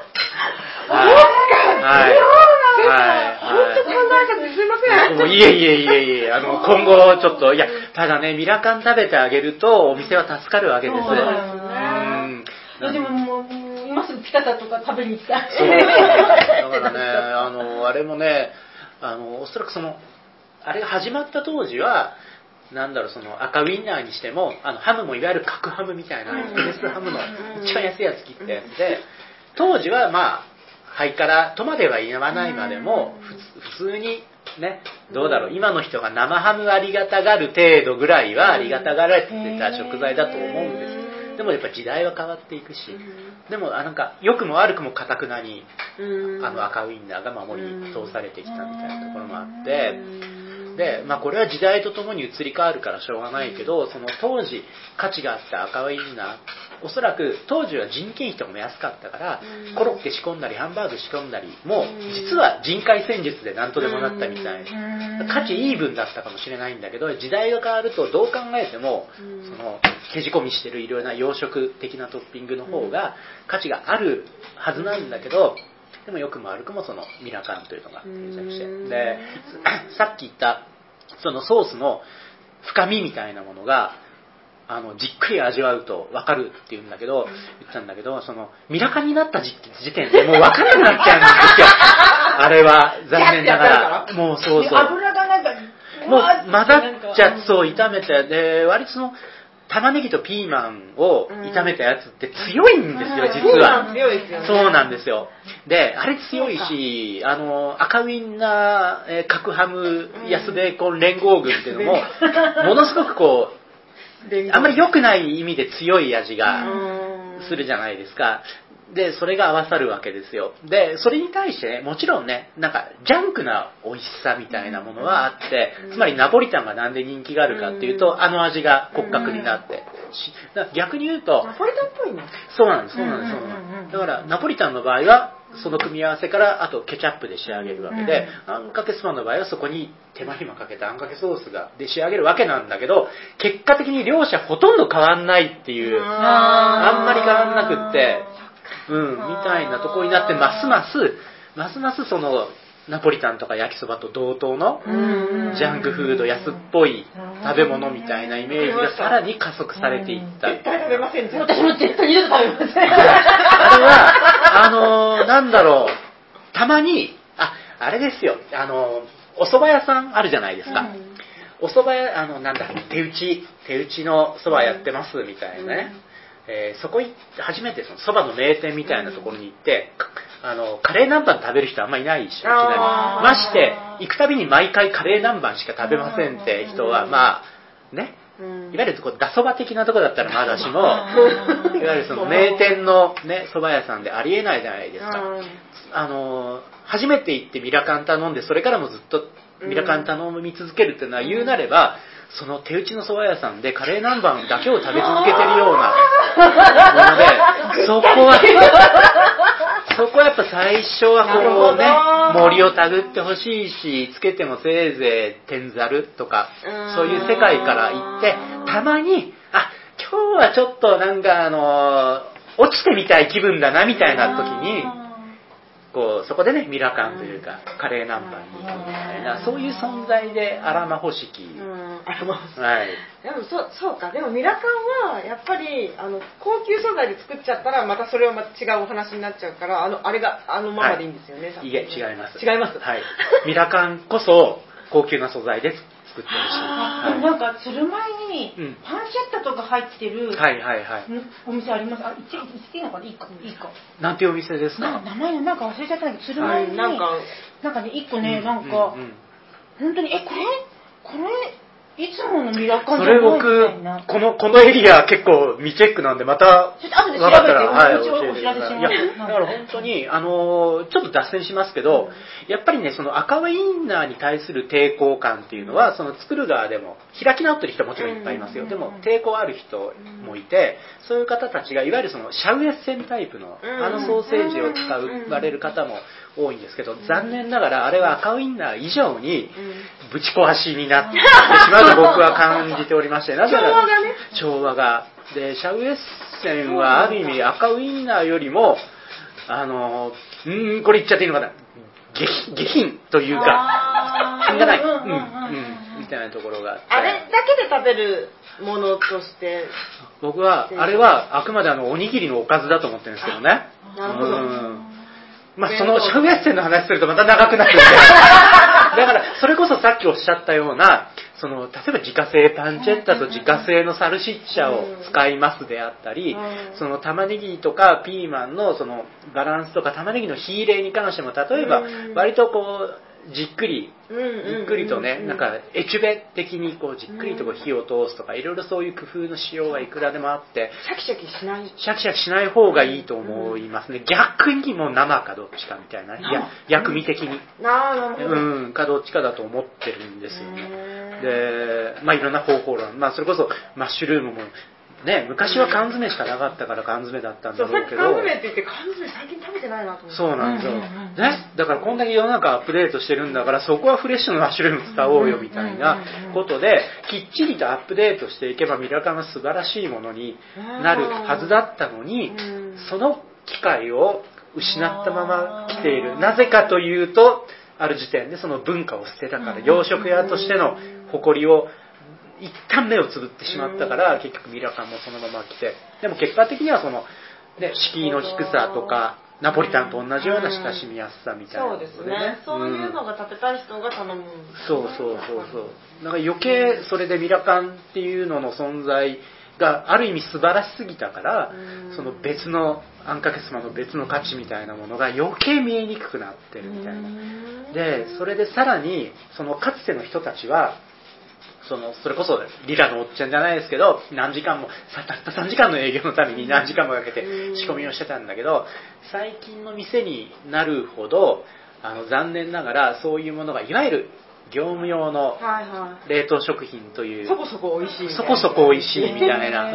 はい。 本当考えちゃってすいません。 もういえ、今後ちょっと、いや、ただね、ミラカン食べてあげると、お店は助かるわけです。 そうだよね。私ももう、今すぐピカタとか食べに行きたい。 そうだからね、あれもね、おそらくその、あれが始まった当時は、なんだろう、その赤ウインナーにしても、ハムもいわゆる角ハムみたいな、エベスハムの一番安いやつ切ったやつで、当時はまあ、ハイカラとまでは言わないまでも、普通にね、どうだろう、今の人が生ハムありがたがる程度ぐらいはありがたがられてた食材だと思うんです。でもやっぱ時代は変わっていくし、でもなんか良くも悪くも堅くなに赤ウインナーが守り通されてきたみたいなところもあって、で、まあこれは時代とともに移り変わるからしょうがないけど、その当時価値があった赤ワインナー、おそらく当時は人件費とかも安かったから、コロッケ仕込んだりハンバーグ仕込んだりも実は人海戦術で何とでもなったみたいな、価値イーブンだったかもしれないんだけど、時代が変わるとどう考えてもそのけじ込みしてるいろいろな洋食的なトッピングの方が価値があるはずなんだけど、でも良くも悪くもそのミラカンというのが定着して、でさっき言ったそのソースの深みみたいなものがじっくり味わうと分かるって言ったんだけど、そのミラカンになった時点でもう分かんなくなっちゃうんですよ。あれは残念ながらもうそう油がなんかもう混ざっちゃってそう炒めて、で割とその玉ねぎとピーマンを炒めたやつって強いんですよ、実は。 強いですよね。 そうなんですよ。で、あれ強いし、赤ウインナー、角ハム、安ベーコン連合軍っていうのも、ものすごくこう、あんまり良くない意味で強い味がするじゃないですか。で、それが合わさるわけですよ。で、それに対してね、もちろんね、なんか、ジャンクな美味しさみたいなものはあって、つまりナポリタンがなんで人気があるかっていうと、味が骨格になって。逆に言うと、 ナポリタンっぽいな。 そうなんです。だから、ナポリタンの場合は、その組み合わせから、あとケチャップで仕上げるわけで、あんかけスパの場合はそこに手間暇かけたあんかけソースで仕上げるわけなんだけど、結果的に両者ほとんど変わんないっていう、あんまり変わんなくって、みたいなところになって、ますますそのナポリタンとか焼きそばと同等のジャンクフード安っぽい食べ物みたいなイメージがさらに加速されていった。 絶対食べません。 私も絶対に食べません。 あれはなんだろう、たまにあれですよ、お蕎麦屋さんあるじゃないですか。お蕎麦屋なんだ手打ちの蕎麦やってますみたいなね。そこ初めてその蕎麦の名店みたいなところに行って、カレー南蛮食べる人あんまりいないし、いきなりまして行くたびに毎回カレー南蛮しか食べませんって人はまあね、いわゆるダそば的なところだったらまだしも、いわゆるその名店のね蕎麦屋さんでありえないじゃないですか。初めて行ってミラカン頼んで、それからもずっとミラカン頼み続けるっていうのは、言うなればその手打ちの蕎麦屋さんでカレー南蛮だけを食べ続けてるようなもので、そこはやっぱ最初はこうね、森をたぐってほしいし、つけてもせいぜい天ざるとか、そういう世界から行って、たまに今日はちょっとなんか落ちてみたい気分だなみたいな時にそこでねミラカンというかカレー南蛮に行くみたいな、そういう存在でアラマホ式。はい。 でもそうか。でもミラカンはやっぱり高級素材で作っちゃったらまたそれはまた違うお話になっちゃうから、あれがままでいいんですよね。 いえ、違います。 違います。 はい。ミラカンこそ高級な素材で作ってほしい。 なんかする前にパンシェッタとか入ってるお店あります。言っていいのかな。いいか。 なんていうお店ですか。 名前なんか忘れちゃったんだけど、する前になんかね、一個ね、なんか本当にこれいつものミラカンそじゃないみれ僕たいな。 このエリア結構未チェックなんでまたちょっと後で調べて分かったらはいお教えて知らせします。 いやだから本当にちょっと脱線しますけど、やっぱりねその赤ウインナーに対する抵抗感っていうのはその作る側でも開き直ってる人はもちろんいっぱいいますよ。でも抵抗ある人もいて、そういう方たちがいわゆるそのシャウエッセンタイプのソーセージを使われる方も多いんですけど、残念ながらあれは赤ウインナー以上にぶち壊しになってしまうと僕は感じておりまして、なぜなら調和がでシャウエッセンはある意味赤ウインナーよりもこれ言っちゃっていいのかな、下品というか品がないみたいなところがあって、 あれだけで食べるものとして僕はあれはあくまでおにぎりのおかずだと思ってるんですけどね。 なるほど。 まあそのシャウエッセンの話するとまた長くなるんでだからそれこそさっきおっしゃったようなその例えば自家製パンチェッタと自家製のサルシッチャを使いますであったり、その玉ねぎとかピーマンのそのバランスとか玉ねぎの火入れに関しても例えば割とこうじっくりとね、なんかエチュベ的にこうじっくりとこう火を通すとかいろいろそういう工夫のしようはいくらでもあって、 シャキシャキしない、 シャキシャキしない方がいいと思いますね。逆にもう生かどっちかみたいな、薬味的にかどっちかだと思ってるんですよね。で、まあいろんな方法論、まあそれこそマッシュルームもね、昔は缶詰しかなかったから缶詰だったんだろうけど、 缶詰って言って缶詰最近食べてないなと思って。 そうなんですよ、ね、だからこんだけ世の中アップデートしてるんだからそこはフレッシュのマッシュルーム使おうよみたいなことできっちりとアップデートしていけばミラカンは素晴らしいものになるはずだったのに、その機会を失ったまま来ている。なぜかというとある時点でその文化を捨てたから、洋食屋としての誇りを一旦目をつぶってしまったから結局ミラカンもそのまま来て、でも結果的にはその、ね、敷居の低さとかナポリタンと同じような親しみやすさみたいな、 そうですね、そういうのが食べたい人が頼む、 そうだから余計それでミラカンっていうのの存在がある意味素晴らしすぎたから、その別のあんかけスマの別の価値みたいなものが余計見えにくくなってるみたいな。でそれでさらにそのかつての人たちはそれこそリラのおっちゃんじゃないですけど何時間もたった3時間の営業のために何時間もかけて仕込みをしてたんだけど、最近の店になるほど残念ながらそういうものがいわゆる業務用の冷凍食品という、 そこそこ美味しいみたいな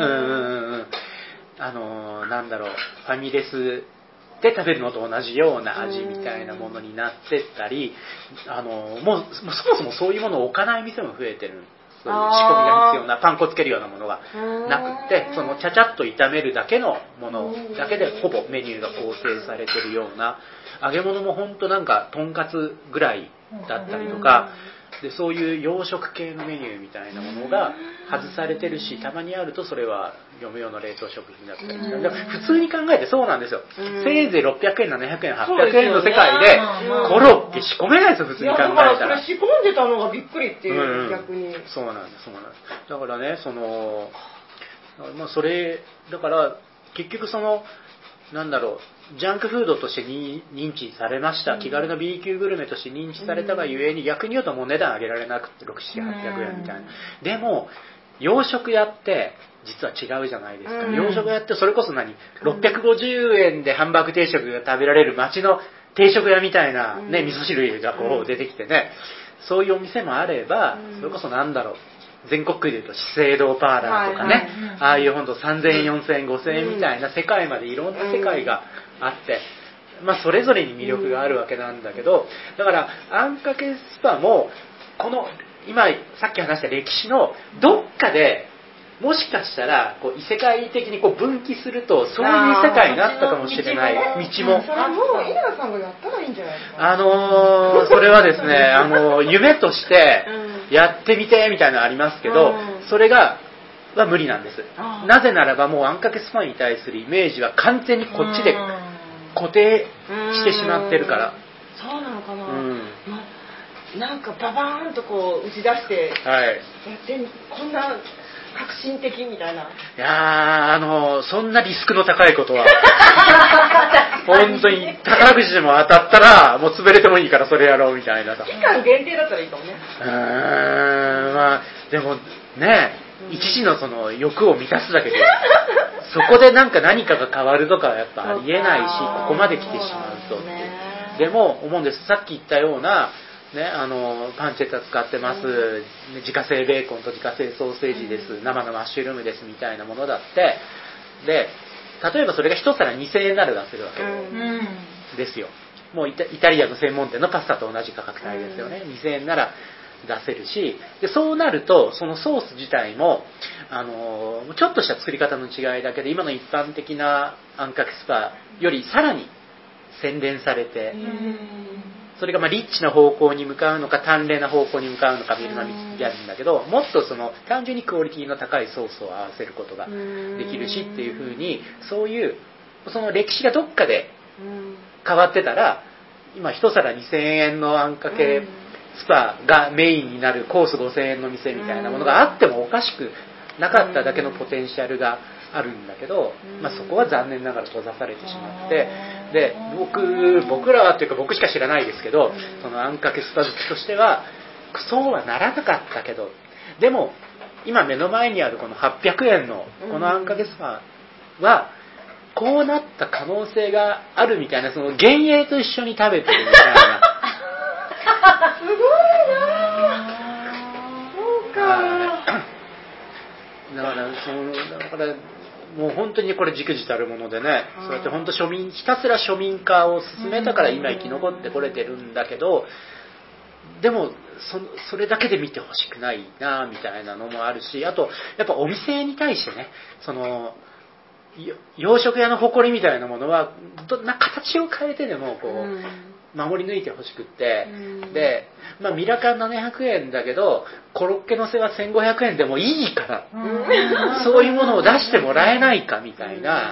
なんだろう、ファミレスで食べるのと同じような味みたいなものになってったり、もうそもそもそういうものを置かない店も増えてる。そういう仕込みが必要なパン粉つけるようなものがなくって、そのちゃちゃっと炒めるだけのものだけでほぼメニューが構成されてるような、揚げ物もほんとなんかとんかつぐらいだったりとかで、そういう洋食系のメニューみたいなものが外されてるし、たまにあるとそれは業務用の冷凍食品だったりした。だから普通に考えてそうなんですよ。せいぜい600円、700円、800円の世界でコロッケ仕込めないですよ、普通に考えたら。 だからそれ仕込んでたのがびっくりっていう、逆に。 そうなんです。だからね、まあそれだから結局なんだろう、ジャンクフードとして認知されました、気軽な B 級グルメとして認知されたがゆえに、逆に言うともう値段上げられなくて6、7、800円みたいな。でも洋食屋って実は違うじゃないですか。洋食屋ってそれこそ650円でハンバーグ定食が食べられる街の定食屋みたいなね、味噌汁がこう出てきてね、そういうお店もあれば、それこそなんだろう、全国区でいうと資生堂パーラーとかね、ああいう本当3000円、4000円、5000円みたいな世界までいろんな世界があって、まあそれぞれに魅力があるわけなんだけど、だからあんかけスパもこの今さっき話した歴史のどっかでもしかしたらこう異世界的にこう分岐するとそういう世界になったかもしれない。道もそれもう稲田さんがやったらいいんじゃないですか。 それはですね夢としてやってみてみたいなのありますけど、それは無理なんです。なぜならばもうあんかけスパに対するイメージは完全にこっちで固定してしまってるから。 そうなのかな。なんかババーンとこう打ち出してやってこんな革新的みたいな。 いやそんなリスクの高いことは本当に宝くじでも当たったらもう潰れてもいいからそれやろうみたいなさ。 期間限定だったらいいかもね。 まあでもね、一時のその欲を満たすだけでそこで何かが変わるとかはやっぱありえないし、ここまで来てしまうと、でも思うんです。さっき言ったようなね、パンチェッタ使ってます、自家製ベーコンと自家製ソーセージです、生のマッシュルームですみたいなものだって、で例えばそれが一皿2000円なら出せるわけですよ。もうイタリアの専門店のパスタと同じ価格帯ですよね。2000円なら出せるし、でそうなるとそのソース自体もちょっとした作り方の違いだけで今の一般的なあんかけスパよりさらに洗練されて、それがリッチな方向に向かうのか淡麗な方向に向かうのか見るのみやるんだけど、もっとその単純にクオリティの高いソースを合わせることができるしっていう風に、そういうその歴史がどっかで変わってたら、今一皿2000円のあんかけスパがメインになるコース5000円の店みたいなものがあってもおかしくなかっただけのポテンシャルがあるんだけど、そこは残念ながら閉ざされてしまって、で僕らはというか僕しか知らないですけど、そのあんかけスパ好きとしてはそうはならなかったけど、でも今目の前にあるこの800円のこのあんかけスパはこうなった可能性があるみたいな、その幻影と一緒に食べてるみたいなすごいな。そうか。 だからもう本当にこれ忸怩たるものでね、そうやって本当ひたすら庶民化を進めたから今生き残ってこれてるんだけど、でもそれだけで見てほしくないなみたいなのもあるし、あとやっぱお店に対してね、その洋食屋の誇りみたいなものはどんな形を変えてでもこう守り抜いてほしくって、で、ミラカン700円だけどコロッケのせは1500円でもいいから、そういうものを出してもらえないかみたいな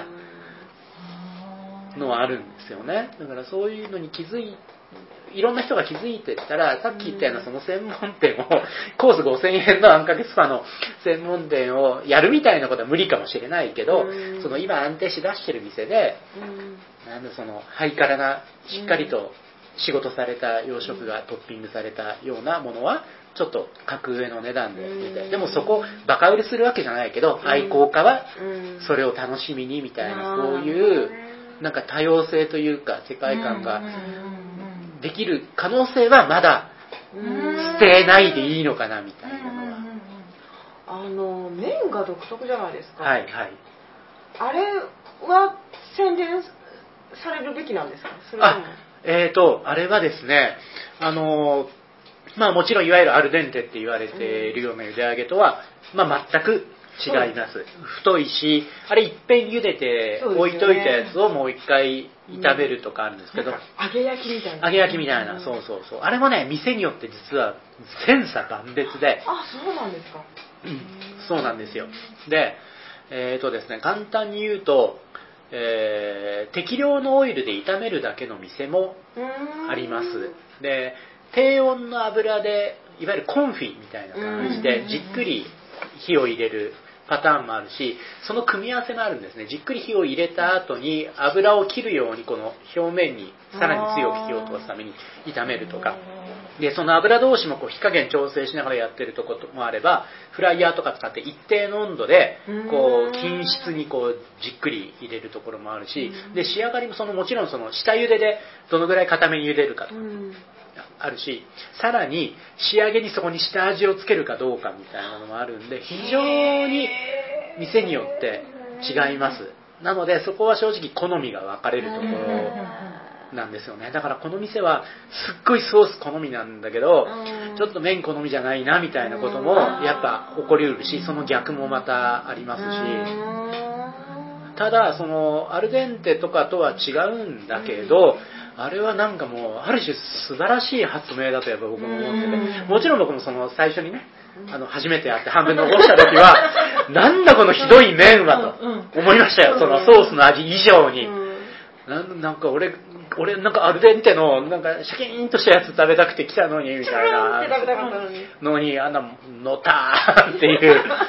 のはあるんですよね。だからそういうのにいろんな人が気づいてったら、さっき言ったようなその専門店をコース5000円のあんかけスパの専門店をやるみたいなことは無理かもしれないけど、その今安定して出してる店で、そのハイカラなしっかりと仕事された洋食がトッピングされたようなものはちょっと格上の値段で出て、でもそこバカ売れするわけじゃないけど、愛好家はそれを楽しみにみたいな、そういうなんか多様性というか世界観ができる可能性はまだ捨てないでいいのかなみたいなのは。 麺が独特じゃないですか。 はいはい。 あれは宣伝されるべきなんですか？それともあれはですね、もちろんいわゆるアルデンテって言われているような茹で揚げとは、全く違います。太いし、あれいっぺん茹でて置いといたやつをもう一回炒めるとかあるんですけど、 揚げ焼きみたいな。 揚げ焼きみたいな、そう。あれもね、店によって実は千差万別で。 あ、そうなんですか。 そうなんですよ。で、ですね、簡単に言うと、適量のオイルで炒めるだけの店もあります。で、低温の油でいわゆるコンフィみたいな感じでじっくり火を入れるパターンもあるし、その組み合わせもあるんですね。じっくり火を入れた後に油を切るようにこの表面にさらに強く火を通すために炒めるとか、でその油同士も火加減調整しながらやってるところもあれば、フライヤーとか使って一定の温度で均質にじっくり入れるところもあるし、で仕上がりももちろんその下茹ででどのぐらい固めに茹でるかとかあるし、さらに仕上げにそこに下味をつけるかどうかみたいなのもあるんで、非常に店によって違います。なのでそこは正直好みが分かれるところなんですよね。だからこの店はすっごいソース好みなんだけど、ちょっと麺好みじゃないなみたいなこともやっぱ起こりうるし、その逆もまたありますし、ただそのアルデンテとかとは違うんだけど、あれはなんかもうある種素晴らしい発明だとやっぱ僕も思ってて、もちろん僕もその最初にね、初めて会って半分残した時はなんだこのひどい麺はと思いましたよ。そのソースの味以上に、なんか俺なんかアルデンテのなんかシャキーンとしたやつ食べたくて来たのにみたいなのに、あんなのたーっていう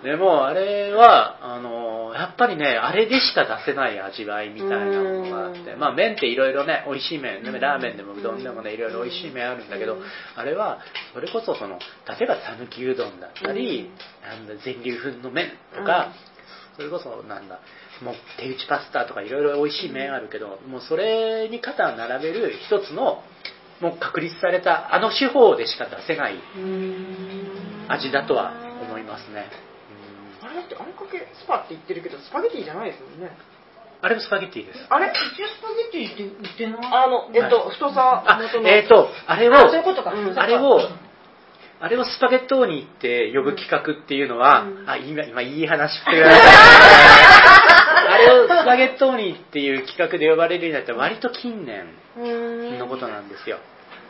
でもあれはやっぱりね、あれでしか出せない味わいみたいなものがあって、まあ麺っていろいろね、美味しい麺、ラーメンでもうどんでもね、いろいろ美味しい麺あるんだけど、あれはそれこそ例えば讃岐うどんだったり、全粒粉の麺とか、それこそもう手打ちパスタとかいろいろ美味しい麺あるけど、もうそれに肩を並べる一つのもう確立された手法でしか出せない味だとは思いますね。 あれだってあんかけスパって言ってるけどスパゲティじゃないですもんね。 あれもスパゲティです。 あれ一応スパゲティって売ってない？ 太さ元のあれをそういうことか。 あれをスパゲットーニって呼ぶ企画っていうのは、今いい話してください。あれをスパゲットーニっていう企画で呼ばれるようになったら割と近年のことなんですよ。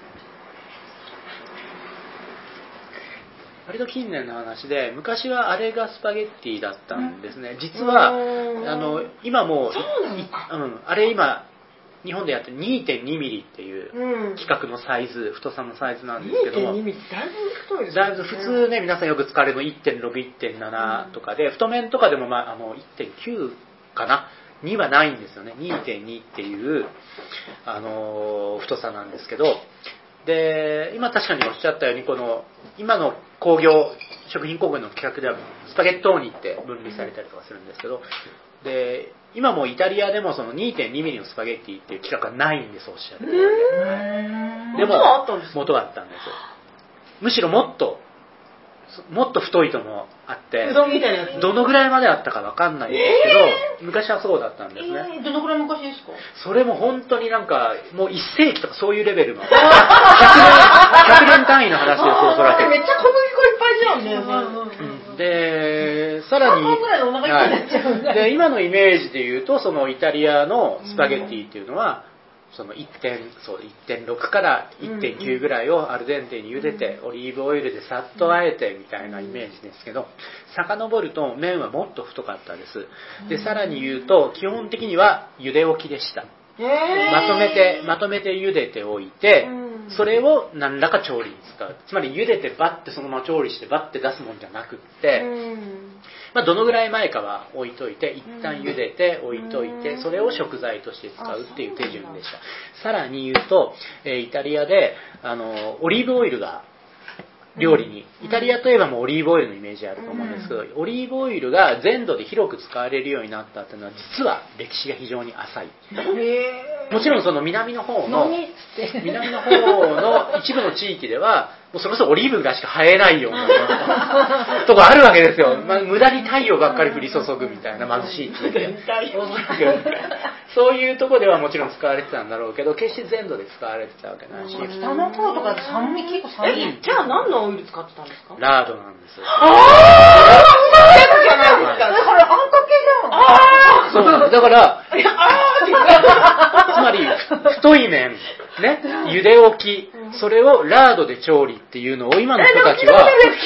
割と近年の話で、昔はあれがスパゲッティだったんですね。実は今もあれ今日本でやってる 2.2 ミリっていう規格のサイズ、太さのサイズなんですけども、 2.2 ミリだいぶ太いですね。 だいぶ普通ね、皆さんよく使われるの 1.6、1.7 とかで、太麺とかでも1.9 かな、2はないんですよね。 2.2 っていう太さなんですけど、で今確かにおっしゃったように、今の食品工業の規格ではスパゲットーニって分類されたりとかするんですけど、で今もイタリアでもその 2.2 ミリのスパゲッティっていう規格はないんです、おっしゃる通りで。元はあったんですか？元はあったんです。むしろもっと太いともあって、 うどんみたいなやつ、 どのぐらいまであったかわかんないんですけど、昔はそうだったんですね。 どのぐらい昔ですか？ それも本当にもう1世紀とかそういうレベルの100年単位の話ですよ、それは。 めっちゃ小麦粉いっぱいじゃんね。 でさらにで今のイメージで言うと、そのイタリアのスパゲッティっていうのは、その 1.6 から 1.9 ぐらいをアルデンテに茹でて、オリーブオイルでさっと和えてみたいなイメージですけど、遡ると麺はもっと太かったです。でさらに言うと、基本的には茹で置きでした。まとめて茹でておいて、それを何らか調理に使う。つまり茹でてバッてそのまま調理してバッて出すもんじゃなくって、どのぐらい前かは置いといて、一旦茹でて置いといて、それを食材として使うっていう手順でした。さらに言うと、イタリアでオリーブオイルが料理に、イタリアといえばもうオリーブオイルのイメージあると思うんですけど、オリーブオイルが全土で広く使われるようになったっていうのは、実は歴史が非常に浅い。もちろんその南の方の一部の地域では、もうそれこそオリーブがしか生えないようなとこあるわけですよ。無駄に太陽ばっかり降り注ぐみたいな貧しい地域で。そういうとこではもちろん使われてたんだろうけど、決して全土で使われてたわけないし。 北の方とか結構寒い。 じゃあ何のオイル使ってたんですか？ ラードなんですよ。 じゃないですか。 だからあんかけじゃん。 そうなんです。だからつまり太い麺ね、茹で置き、それをラードで調理っていうのを今の人たちは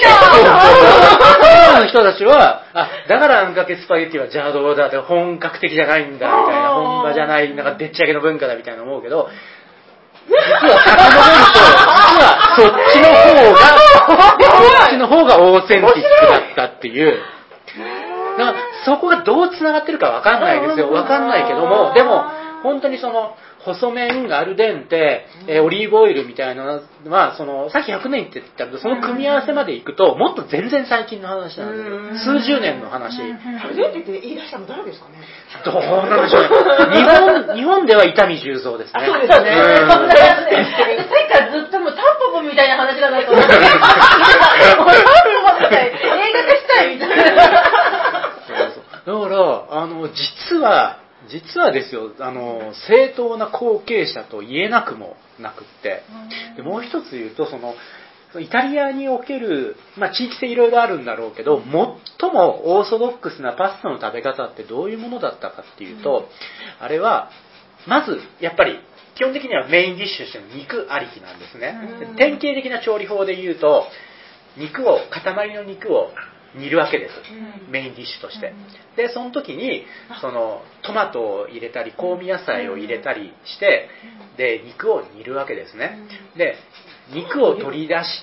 だからあんかけスパゲッティは邪道だって本格的じゃないんだみたいな、本場じゃない、でっち上げの文化だみたいな思うけど、実は遡ると、そっちの方がオーセンティックだったっていう。だからそこがどう繋がってるかわかんないですよ。わかんないけども、でも本当にその細麺アルデンテ、オリーブオイルみたいなのは、さっき100年って言ったけど、その組み合わせまでいくともっと全然最近の話なんですよ。数十年の話。 アルデンテって言い出したの誰ですかね？ どうなんでしょうね。日本では伊丹十三ですね。 そうですね。 さっきからずっともうタンポポみたいな話だなと思って。タンポポみたい、映画化したいみたいな。 だから実はですよ、正当な後継者と言えなくもなくって、でもう一つ言うと、イタリアにおける、地域性いろいろあるんだろうけど、最もオーソドックスなパスタの食べ方ってどういうものだったかっていうと、あれはまずやっぱり基本的にはメインディッシュとしての肉ありきなんですね。典型的な調理法で言うと、塊の肉を煮るわけです、メインディッシュとして。でその時にトマトを入れたり香味野菜を入れたりして、で肉を煮るわけですね。で肉を取り出して、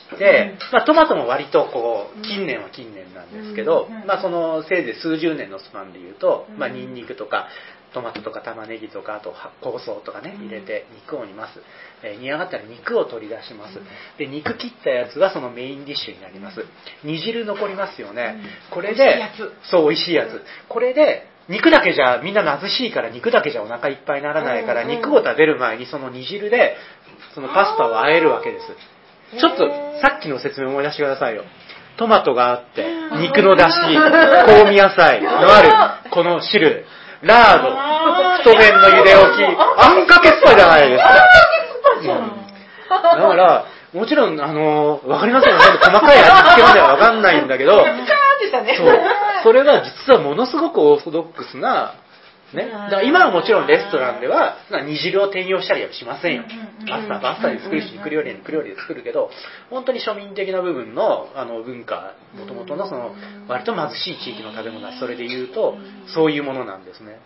トマトも割とこう近年は近年なんですけど、そのせいぜい数十年のスパンでいうと、ニンニクとかトマトとか玉ねぎとかあと香草とかね入れて肉を煮ます。煮上がったら肉を取り出します。で肉切ったやつはそのメインディッシュになります。煮汁残りますよね。これでそう美味しいやつ。これで肉だけじゃみんな貧しいから肉だけじゃお腹いっぱいにならないから、肉を食べる前にその煮汁でそのパスタを和えるわけです。ちょっとさっきの説明を思い出してくださいよ。トマトがあって肉の出汁、香味野菜のあるこの汁、ラード、太麺の茹で置き、あんかけスパじゃないですか。だからもちろんわかりますよね。細かい味付けまではわかんないんだけど、それが実はものすごくオーソドックスなね。だから今はもちろんレストランでは煮汁を転用したりはしませんよ。パスタで作るし、肉料理で作るけど、本当に庶民的な部分の文化、もともとのその割と貧しい地域の食べ物はそれで言うとそういうものなんですね。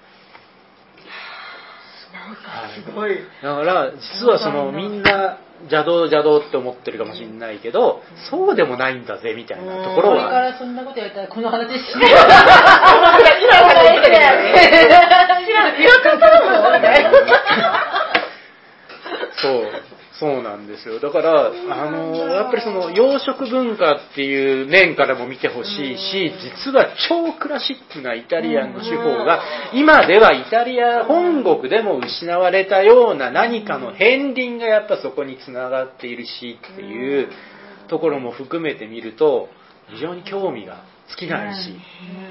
すごい。 だから実はそのみんな邪道って思ってるかもしれないけど、そうでもないんだぜみたいなところは。 これからそんなことやったらこの話しない。 そうなんですよ。だからやっぱりその洋食文化っていう面からも見てほしいし、実は超クラシックなイタリアンの手法が今ではイタリア本国でも失われたような何かの片鱗がやっぱそこにつながっているしっていうところも含めてみると非常に興味が尽きないし。 もう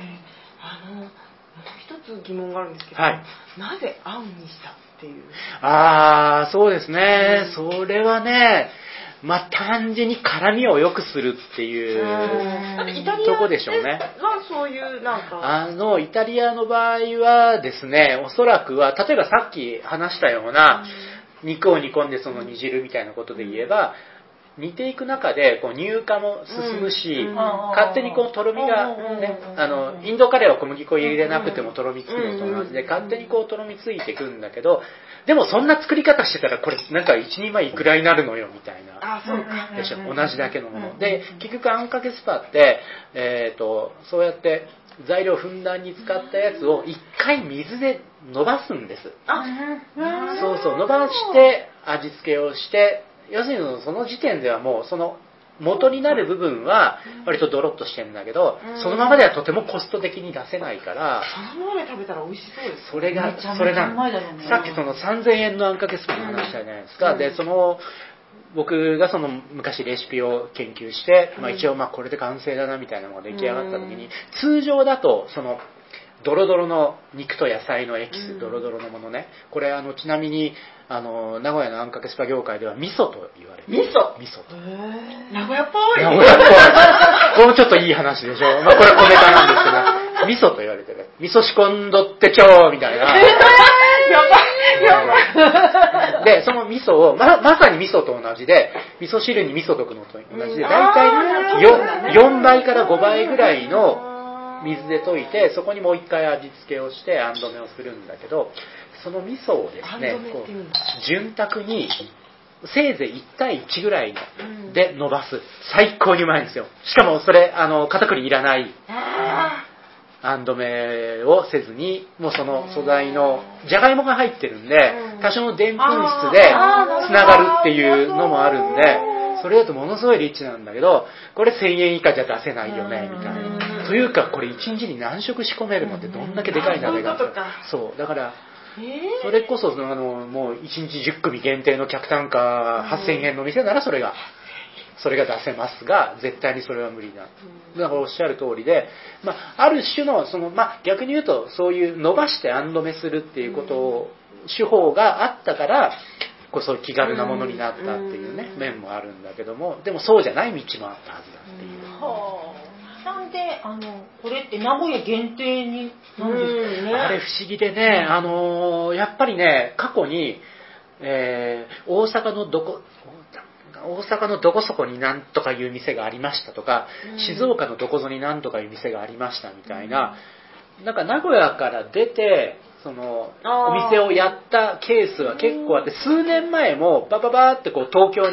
一つ疑問があるんですけど、 はい、 なぜあんにしたっていう。 そうですね。それはね、単純に辛みを良くするっていうとこでしょうね。 そういうなんかイタリアの場合はですね、おそらくは例えばさっき話したような肉を煮込んでその煮汁みたいなことで言えば、煮ていく中でこう乳化も進むし、勝手にこうとろみがね、インドカレーは小麦粉入れなくてもとろみつくのと同じで勝手にこうとろみついていくんだけど、でもそんな作り方してたらこれなんか1人前いくらになるのよみたいなでしょ。同じだけのもので、結局あんかけスパってそうやって材料ふんだんに使ったやつを一回水で伸ばすんです。そう伸ばして味付けをして、要するにその時点ではもうその元になる部分は割とドロッとしてるんだけど、そのままではとてもコスト的に出せないから、 そのままで食べたら美味しそうです。 それなんさっきその3000円のあんかけスパの話したじゃないですか。で僕がその昔レシピを研究して、一応これで完成だなみたいなのが出来上がった時に、通常だとそのドロドロの肉と野菜のエキス、ドロドロのものね、これちなみに名古屋のあんかけスパ業界では味噌と言われる。味噌と名古屋っぽい。 これもちょっといい話でしょ。これは小ネタなんですけど、味噌と言われてる。味噌仕込んどってちょーみたいな。やばい。でその味噌をまさに味噌と同じで、味噌汁に味噌溶くのと同じで、だいたい4倍から5倍ぐらいの水で溶いて、そこにもう一回味付けをしてあんどめをするんだけど、その味噌をですね潤沢にせいぜい1対1ぐらいで伸ばす。最高にうまいんですよ。しかもそれ片栗いらないあんどめをせずに、もうその素材のじゃがいもが入ってるんで、多少のでんぷん質でつながるっていうのもあるんで、それだとものすごいリッチなんだけど、これ1000円以下じゃ出せないよねみたいな。というかこれ1日に何食仕込めるのってどんだけでかいんだろうか。そうだからそれこそもう1日10組限定の客単価8000円の店ならそれが出せますが、絶対にそれは無理だ。だからおっしゃる通りで、ある種の逆に言うとそういう伸ばしてあんどめするっていうことを手法があったからそういう気軽なものになったっていうね面もあるんだけども、でもそうじゃない道もあったはずだっていう。 なんでこれって名古屋限定になんですかね。 あれ不思議でね、やっぱりね過去に、大阪のどこそこになんとかいう店がありましたとか、静岡のどこぞになんとかいう店がありましたみたいな、なんか名古屋から出てそのお店をやったケースは結構あって、数年前もバババーってこう東京に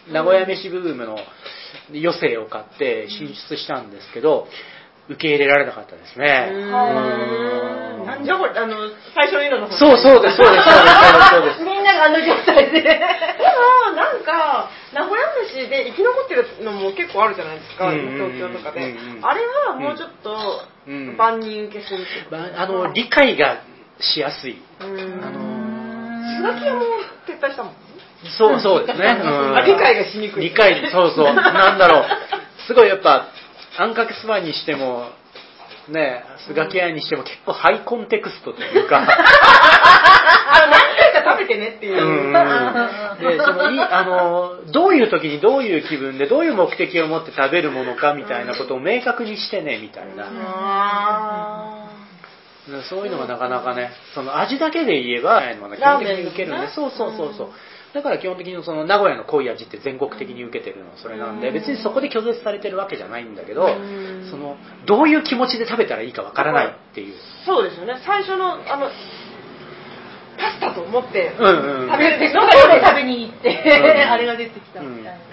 名古屋飯ブームの余生を買って進出したんですけど、受け入れられなかったですね。 なんじゃこれ、最初の色の方。 そうです。 みんながあの状態で。 でも、なんか、名古屋飯で生き残ってるのも結構あるじゃないですか、東京とかで。あれはもうちょっと、万人受けするってこと。 理解がしやすい。 スガキ屋も撤退したもん。 そうですね。 理解がしにくい。 そう。なんだろう。すごいやっぱ、あんかけそばにしても、ね、スガキ屋にしても結構ハイコンテクストというか。 何回か食べてねっていう。 で、どういう時にどういう気分でどういう目的を持って食べるものかみたいなことを明確にしてね、みたいな。そういうのがなかなかね、その味だけで言えば、基本的に受けるんで、そう。だから基本的にその名古屋の濃い味って全国的に受けてるのはそれなんで、別にそこで拒絶されてるわけじゃないんだけど、どういう気持ちで食べたらいいかわからないっていう。 そうですよね。最初のパスタと思って食べるのが夜食べに行って、あれが出てきたみたいな。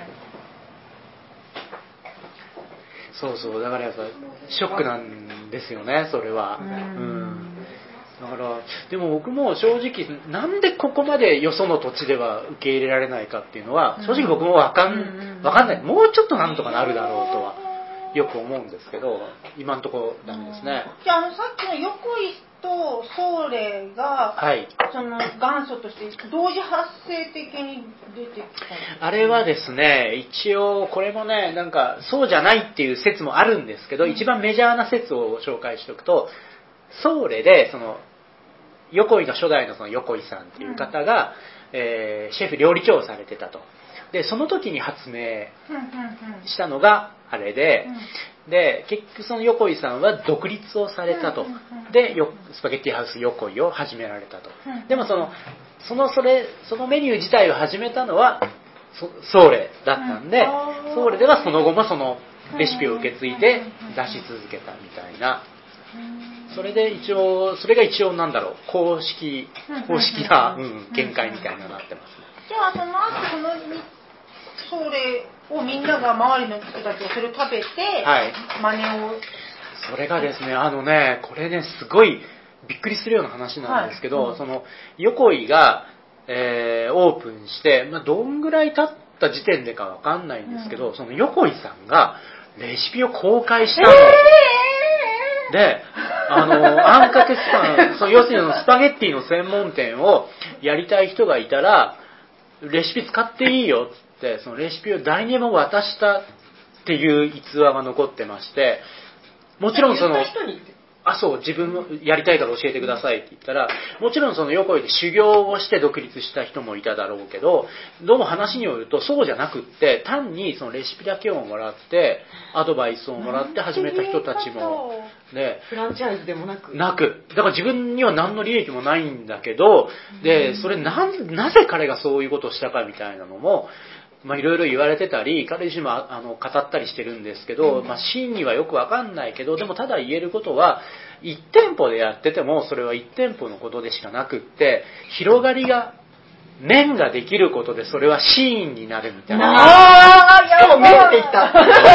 そうだからやっぱショックなんですよね、それは。だからでも僕も正直なんでここまでよその土地では受け入れられないかっていうのは正直僕も分かんない。もうちょっとなんとかなるだろうとはよく思うんですけど、今のところダメですね。 じゃあさっきの横井とソーレが、その元祖として同時発生的に出てきた。 あれはですね、一応これもね、なんかそうじゃないっていう説もあるんですけど、一番メジャーな説を紹介しておくと、ソーレでその横井の初代のその横井さんっていう方が、シェフ料理長をされてたと。でその時に発明したのがあれで、で結局その横井さんは独立をされたと。でスパゲッティハウス横井を始められたと。でもそのメニュー自体を始めたのはソーレだったんで、ソーレではその後もそのレシピを受け継いで出し続けたみたいな。それが一応なんだろう、公式な、見解みたいになってます。 じゃあその後それをみんなが周りの人たちがそれを食べて、真似を。 それがですね、これねすごいびっくりするような話なんですけど、その横井が、オープンして、どんぐらい経った時点でかわかんないんですけど、その横井さんがレシピを公開したの。で、あんかけスパン、要するにスパゲッティの専門店をやりたい人がいたら、レシピ使っていいよって、そのレシピを誰にも渡したっていう逸話が残ってまして、もちろんその、自分もやりたいから教えてくださいって言ったら、もちろんその横井で修行をして独立した人もいただろうけど、どうも話によるとそうじゃなくって、単にそのレシピだけをもらってアドバイスをもらって始めた人たちもね、 フランチャイズでもなくだから自分には何の利益もないんだけど、でそれなぜ彼がそういうことをしたかみたいなのもいろいろ言われてたり、彼自身も語ったりしてるんですけど、真意はよくわかんないけど、でもただ言えることは、1店舗でやっててもそれは1店舗のことでしかなくって、広がりが面ができることでそれはシーンになるみたいな。 もう面って言った。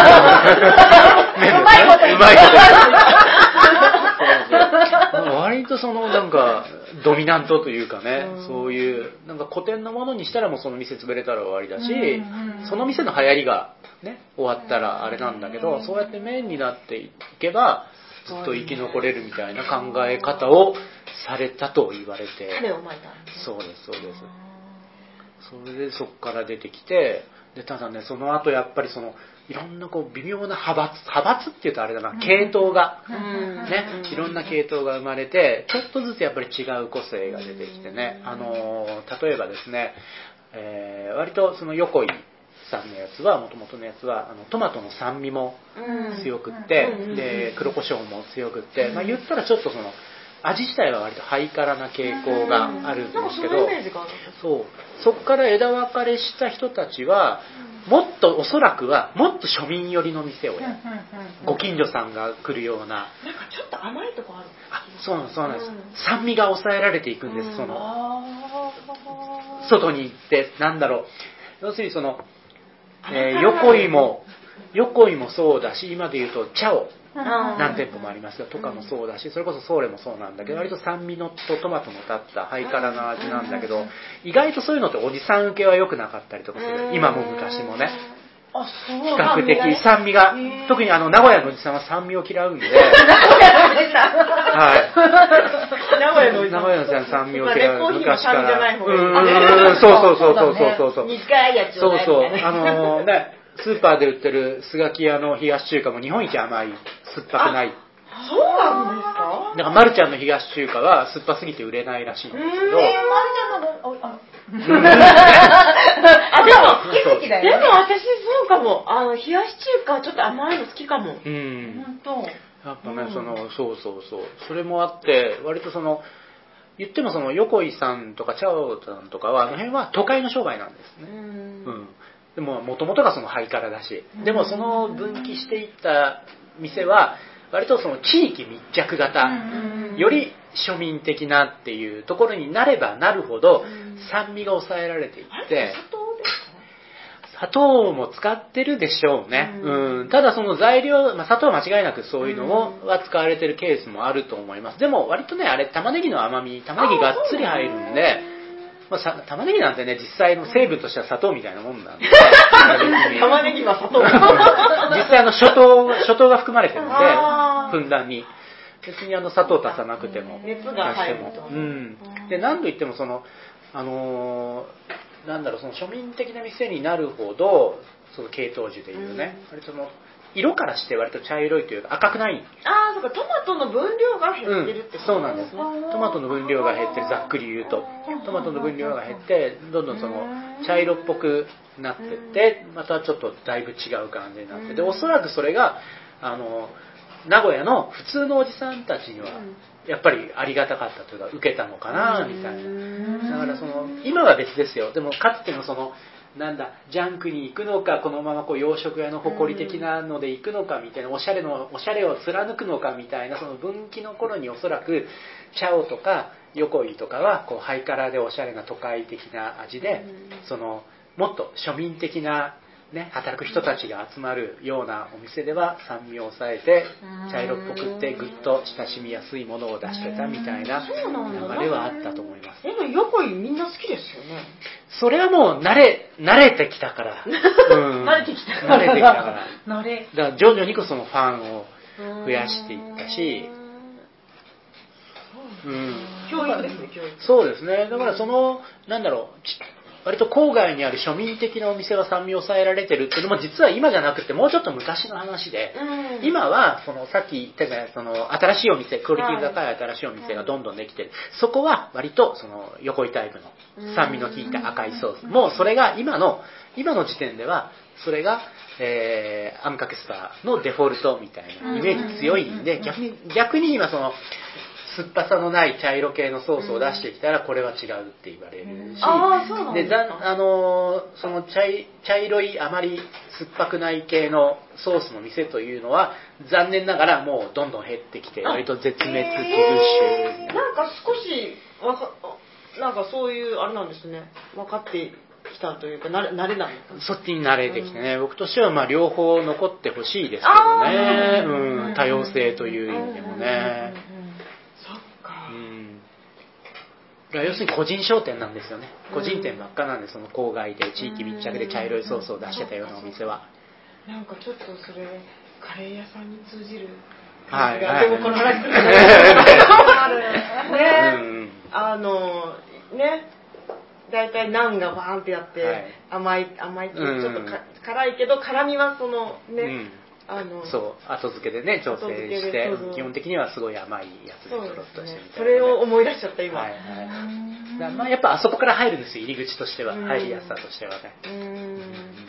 うまいこと言った。 割とそのなんかドミナントというかね、そういうなんか古典のものにしたらもうその店潰れたら終わりだし、その店の流行りがね終わったらあれなんだけど、そうやって面になっていけばずっと生き残れるみたいな考え方をされたと言われて、 種をまいた。 そうです。それでそこから出てきて、でただねその後やっぱりそのいろんなこう微妙な派閥っていうとあれだな、系統がね、いろんな系統が生まれて、ちょっとずつやっぱり違う個性が出てきてね、例えばですね、割とその横井さんのやつは元々のやつはトマトの酸味も強くって、で黒胡椒も強くって、言ったらちょっとその味自体は割とハイカラな傾向があるんですけど、そこから枝分かれした人たちはおそらくはもっと庶民寄りの店をやる、ご近所さんが来るような、 なんかちょっと甘いとこある。 そうなんです、酸味が抑えられていくんです。その外に行って要するにその横井もそうだし、今で言うとチャオ何店舗もありますがとかもそうだし、それこそソーレもそうなんだけど、割と酸味のとトマトの立ったハイカラな味なんだけど、意外とそういうのっておじさん受けは良くなかったりとかする。今も昔もね。比較的酸味が、特に名古屋のおじさんは酸味を嫌うんで、はい。名古屋のおじさん酸味を嫌う。昔から。そう。 苦いやつをね。 そう。ね、スーパーで売ってるスガキ屋の冷やし中華も日本一甘い、酸っぱくない。 そうなんですか？ だからマルちゃんの冷やし中華は酸っぱすぎて売れないらしいんですけど。 マルちゃんのでも私そうかも。冷やし中華はちょっと甘いの好きかも。 本当。 やっぱね、そう。それもあって、割と言っても横井さんとかチャオさんとかは、あの辺は都会の商売なんですね。でも、もともとがハイカラだし、でもその分岐していった店は、割と地域密着型、より庶民的なっていうところになればなるほど、酸味が抑えられていって、砂糖も使ってるでしょうね。ただ材料、砂糖は間違いなくそういうのは使われてるケースもあると思います。でも割とね、あれ玉ねぎの甘み、玉ねぎがっつり入るんで、玉ねぎなんてね、実際の成分としては砂糖みたいなもんなんで。 玉ねぎは砂糖。 実際初糖が含まれてるんで、ふんだんに。別に砂糖足さなくても。 熱が入ると。 で、何と言っても庶民的な店になるほど、系統樹でいうね、割と色からして割と茶色いというか赤くない。 そうか、トマトの分量が減ってるってこと、 そうなんですね。トマトの分量が減ってる、ざっくり言うと。トマトの分量が減って、どんどん茶色っぽくなってって、またちょっとだいぶ違う感じになって、で、おそらくそれが、名古屋の普通のおじさんたちには、やっぱりありがたかったというか、受けたのかな、みたいな。だから今は別ですよ。でもかつてのジャンクに行くのか、このまま洋食屋の誇り的なので行くのかみたいな、おしゃれを貫くのかみたいな、分岐の頃におそらく、チャオとか横井とかは、ハイカラでおしゃれな都会的な味で、もっと庶民的な、ね、働く人たちが集まるようなお店では酸味を抑えて茶色っぽくってぐっと親しみやすいものを出してたみたいな流れはあったと思います。 でも横井みんな好きですよね。 それはもう慣れてきたから。 慣れてきたから。 だから徐々にファンを増やしていったし、 教育ですね、教育。 そうですね。だから割と郊外にある庶民的なお店は酸味を抑えられてるっていうのも実は今じゃなくてもうちょっと昔の話で、今はさっき言ったように新しいお店、クオリティが高い新しいお店がどんどんできてる。そこは割と横井タイプの酸味の効いた赤いソース。もうそれが今の時点ではそれが、あんかけスパのデフォルトみたいなイメージ強いんで、逆に今酸っぱさのない茶色系のソースを出してきたらこれは違うって言われるし、で茶色いあまり酸っぱくない系のソースの店というのは残念ながらもうどんどん減ってきて割と絶滅危惧種。 なんか少しそういうあれなんですね、分かってきたというか慣れないのか。 そっちに慣れてきてね、僕としては両方残ってほしいですけどね、多様性という意味でもね。要するに個人商店なんですよね。個人店ばっかなんで、郊外で地域密着で茶色いソースを出してたようなお店は。 なんかちょっとそれカレー屋さんに通じる。 はい。 でもこの話するね、だいたいナンがバーンってやって、甘いちょっと辛いけど辛みは後付けでね調整して基本的にはすごい甘いやつでとろっとしてみたいな、 それを思い出しちゃった今。 やっぱあそこから入るんですよ、入り口としては、入りやすさとしてはね。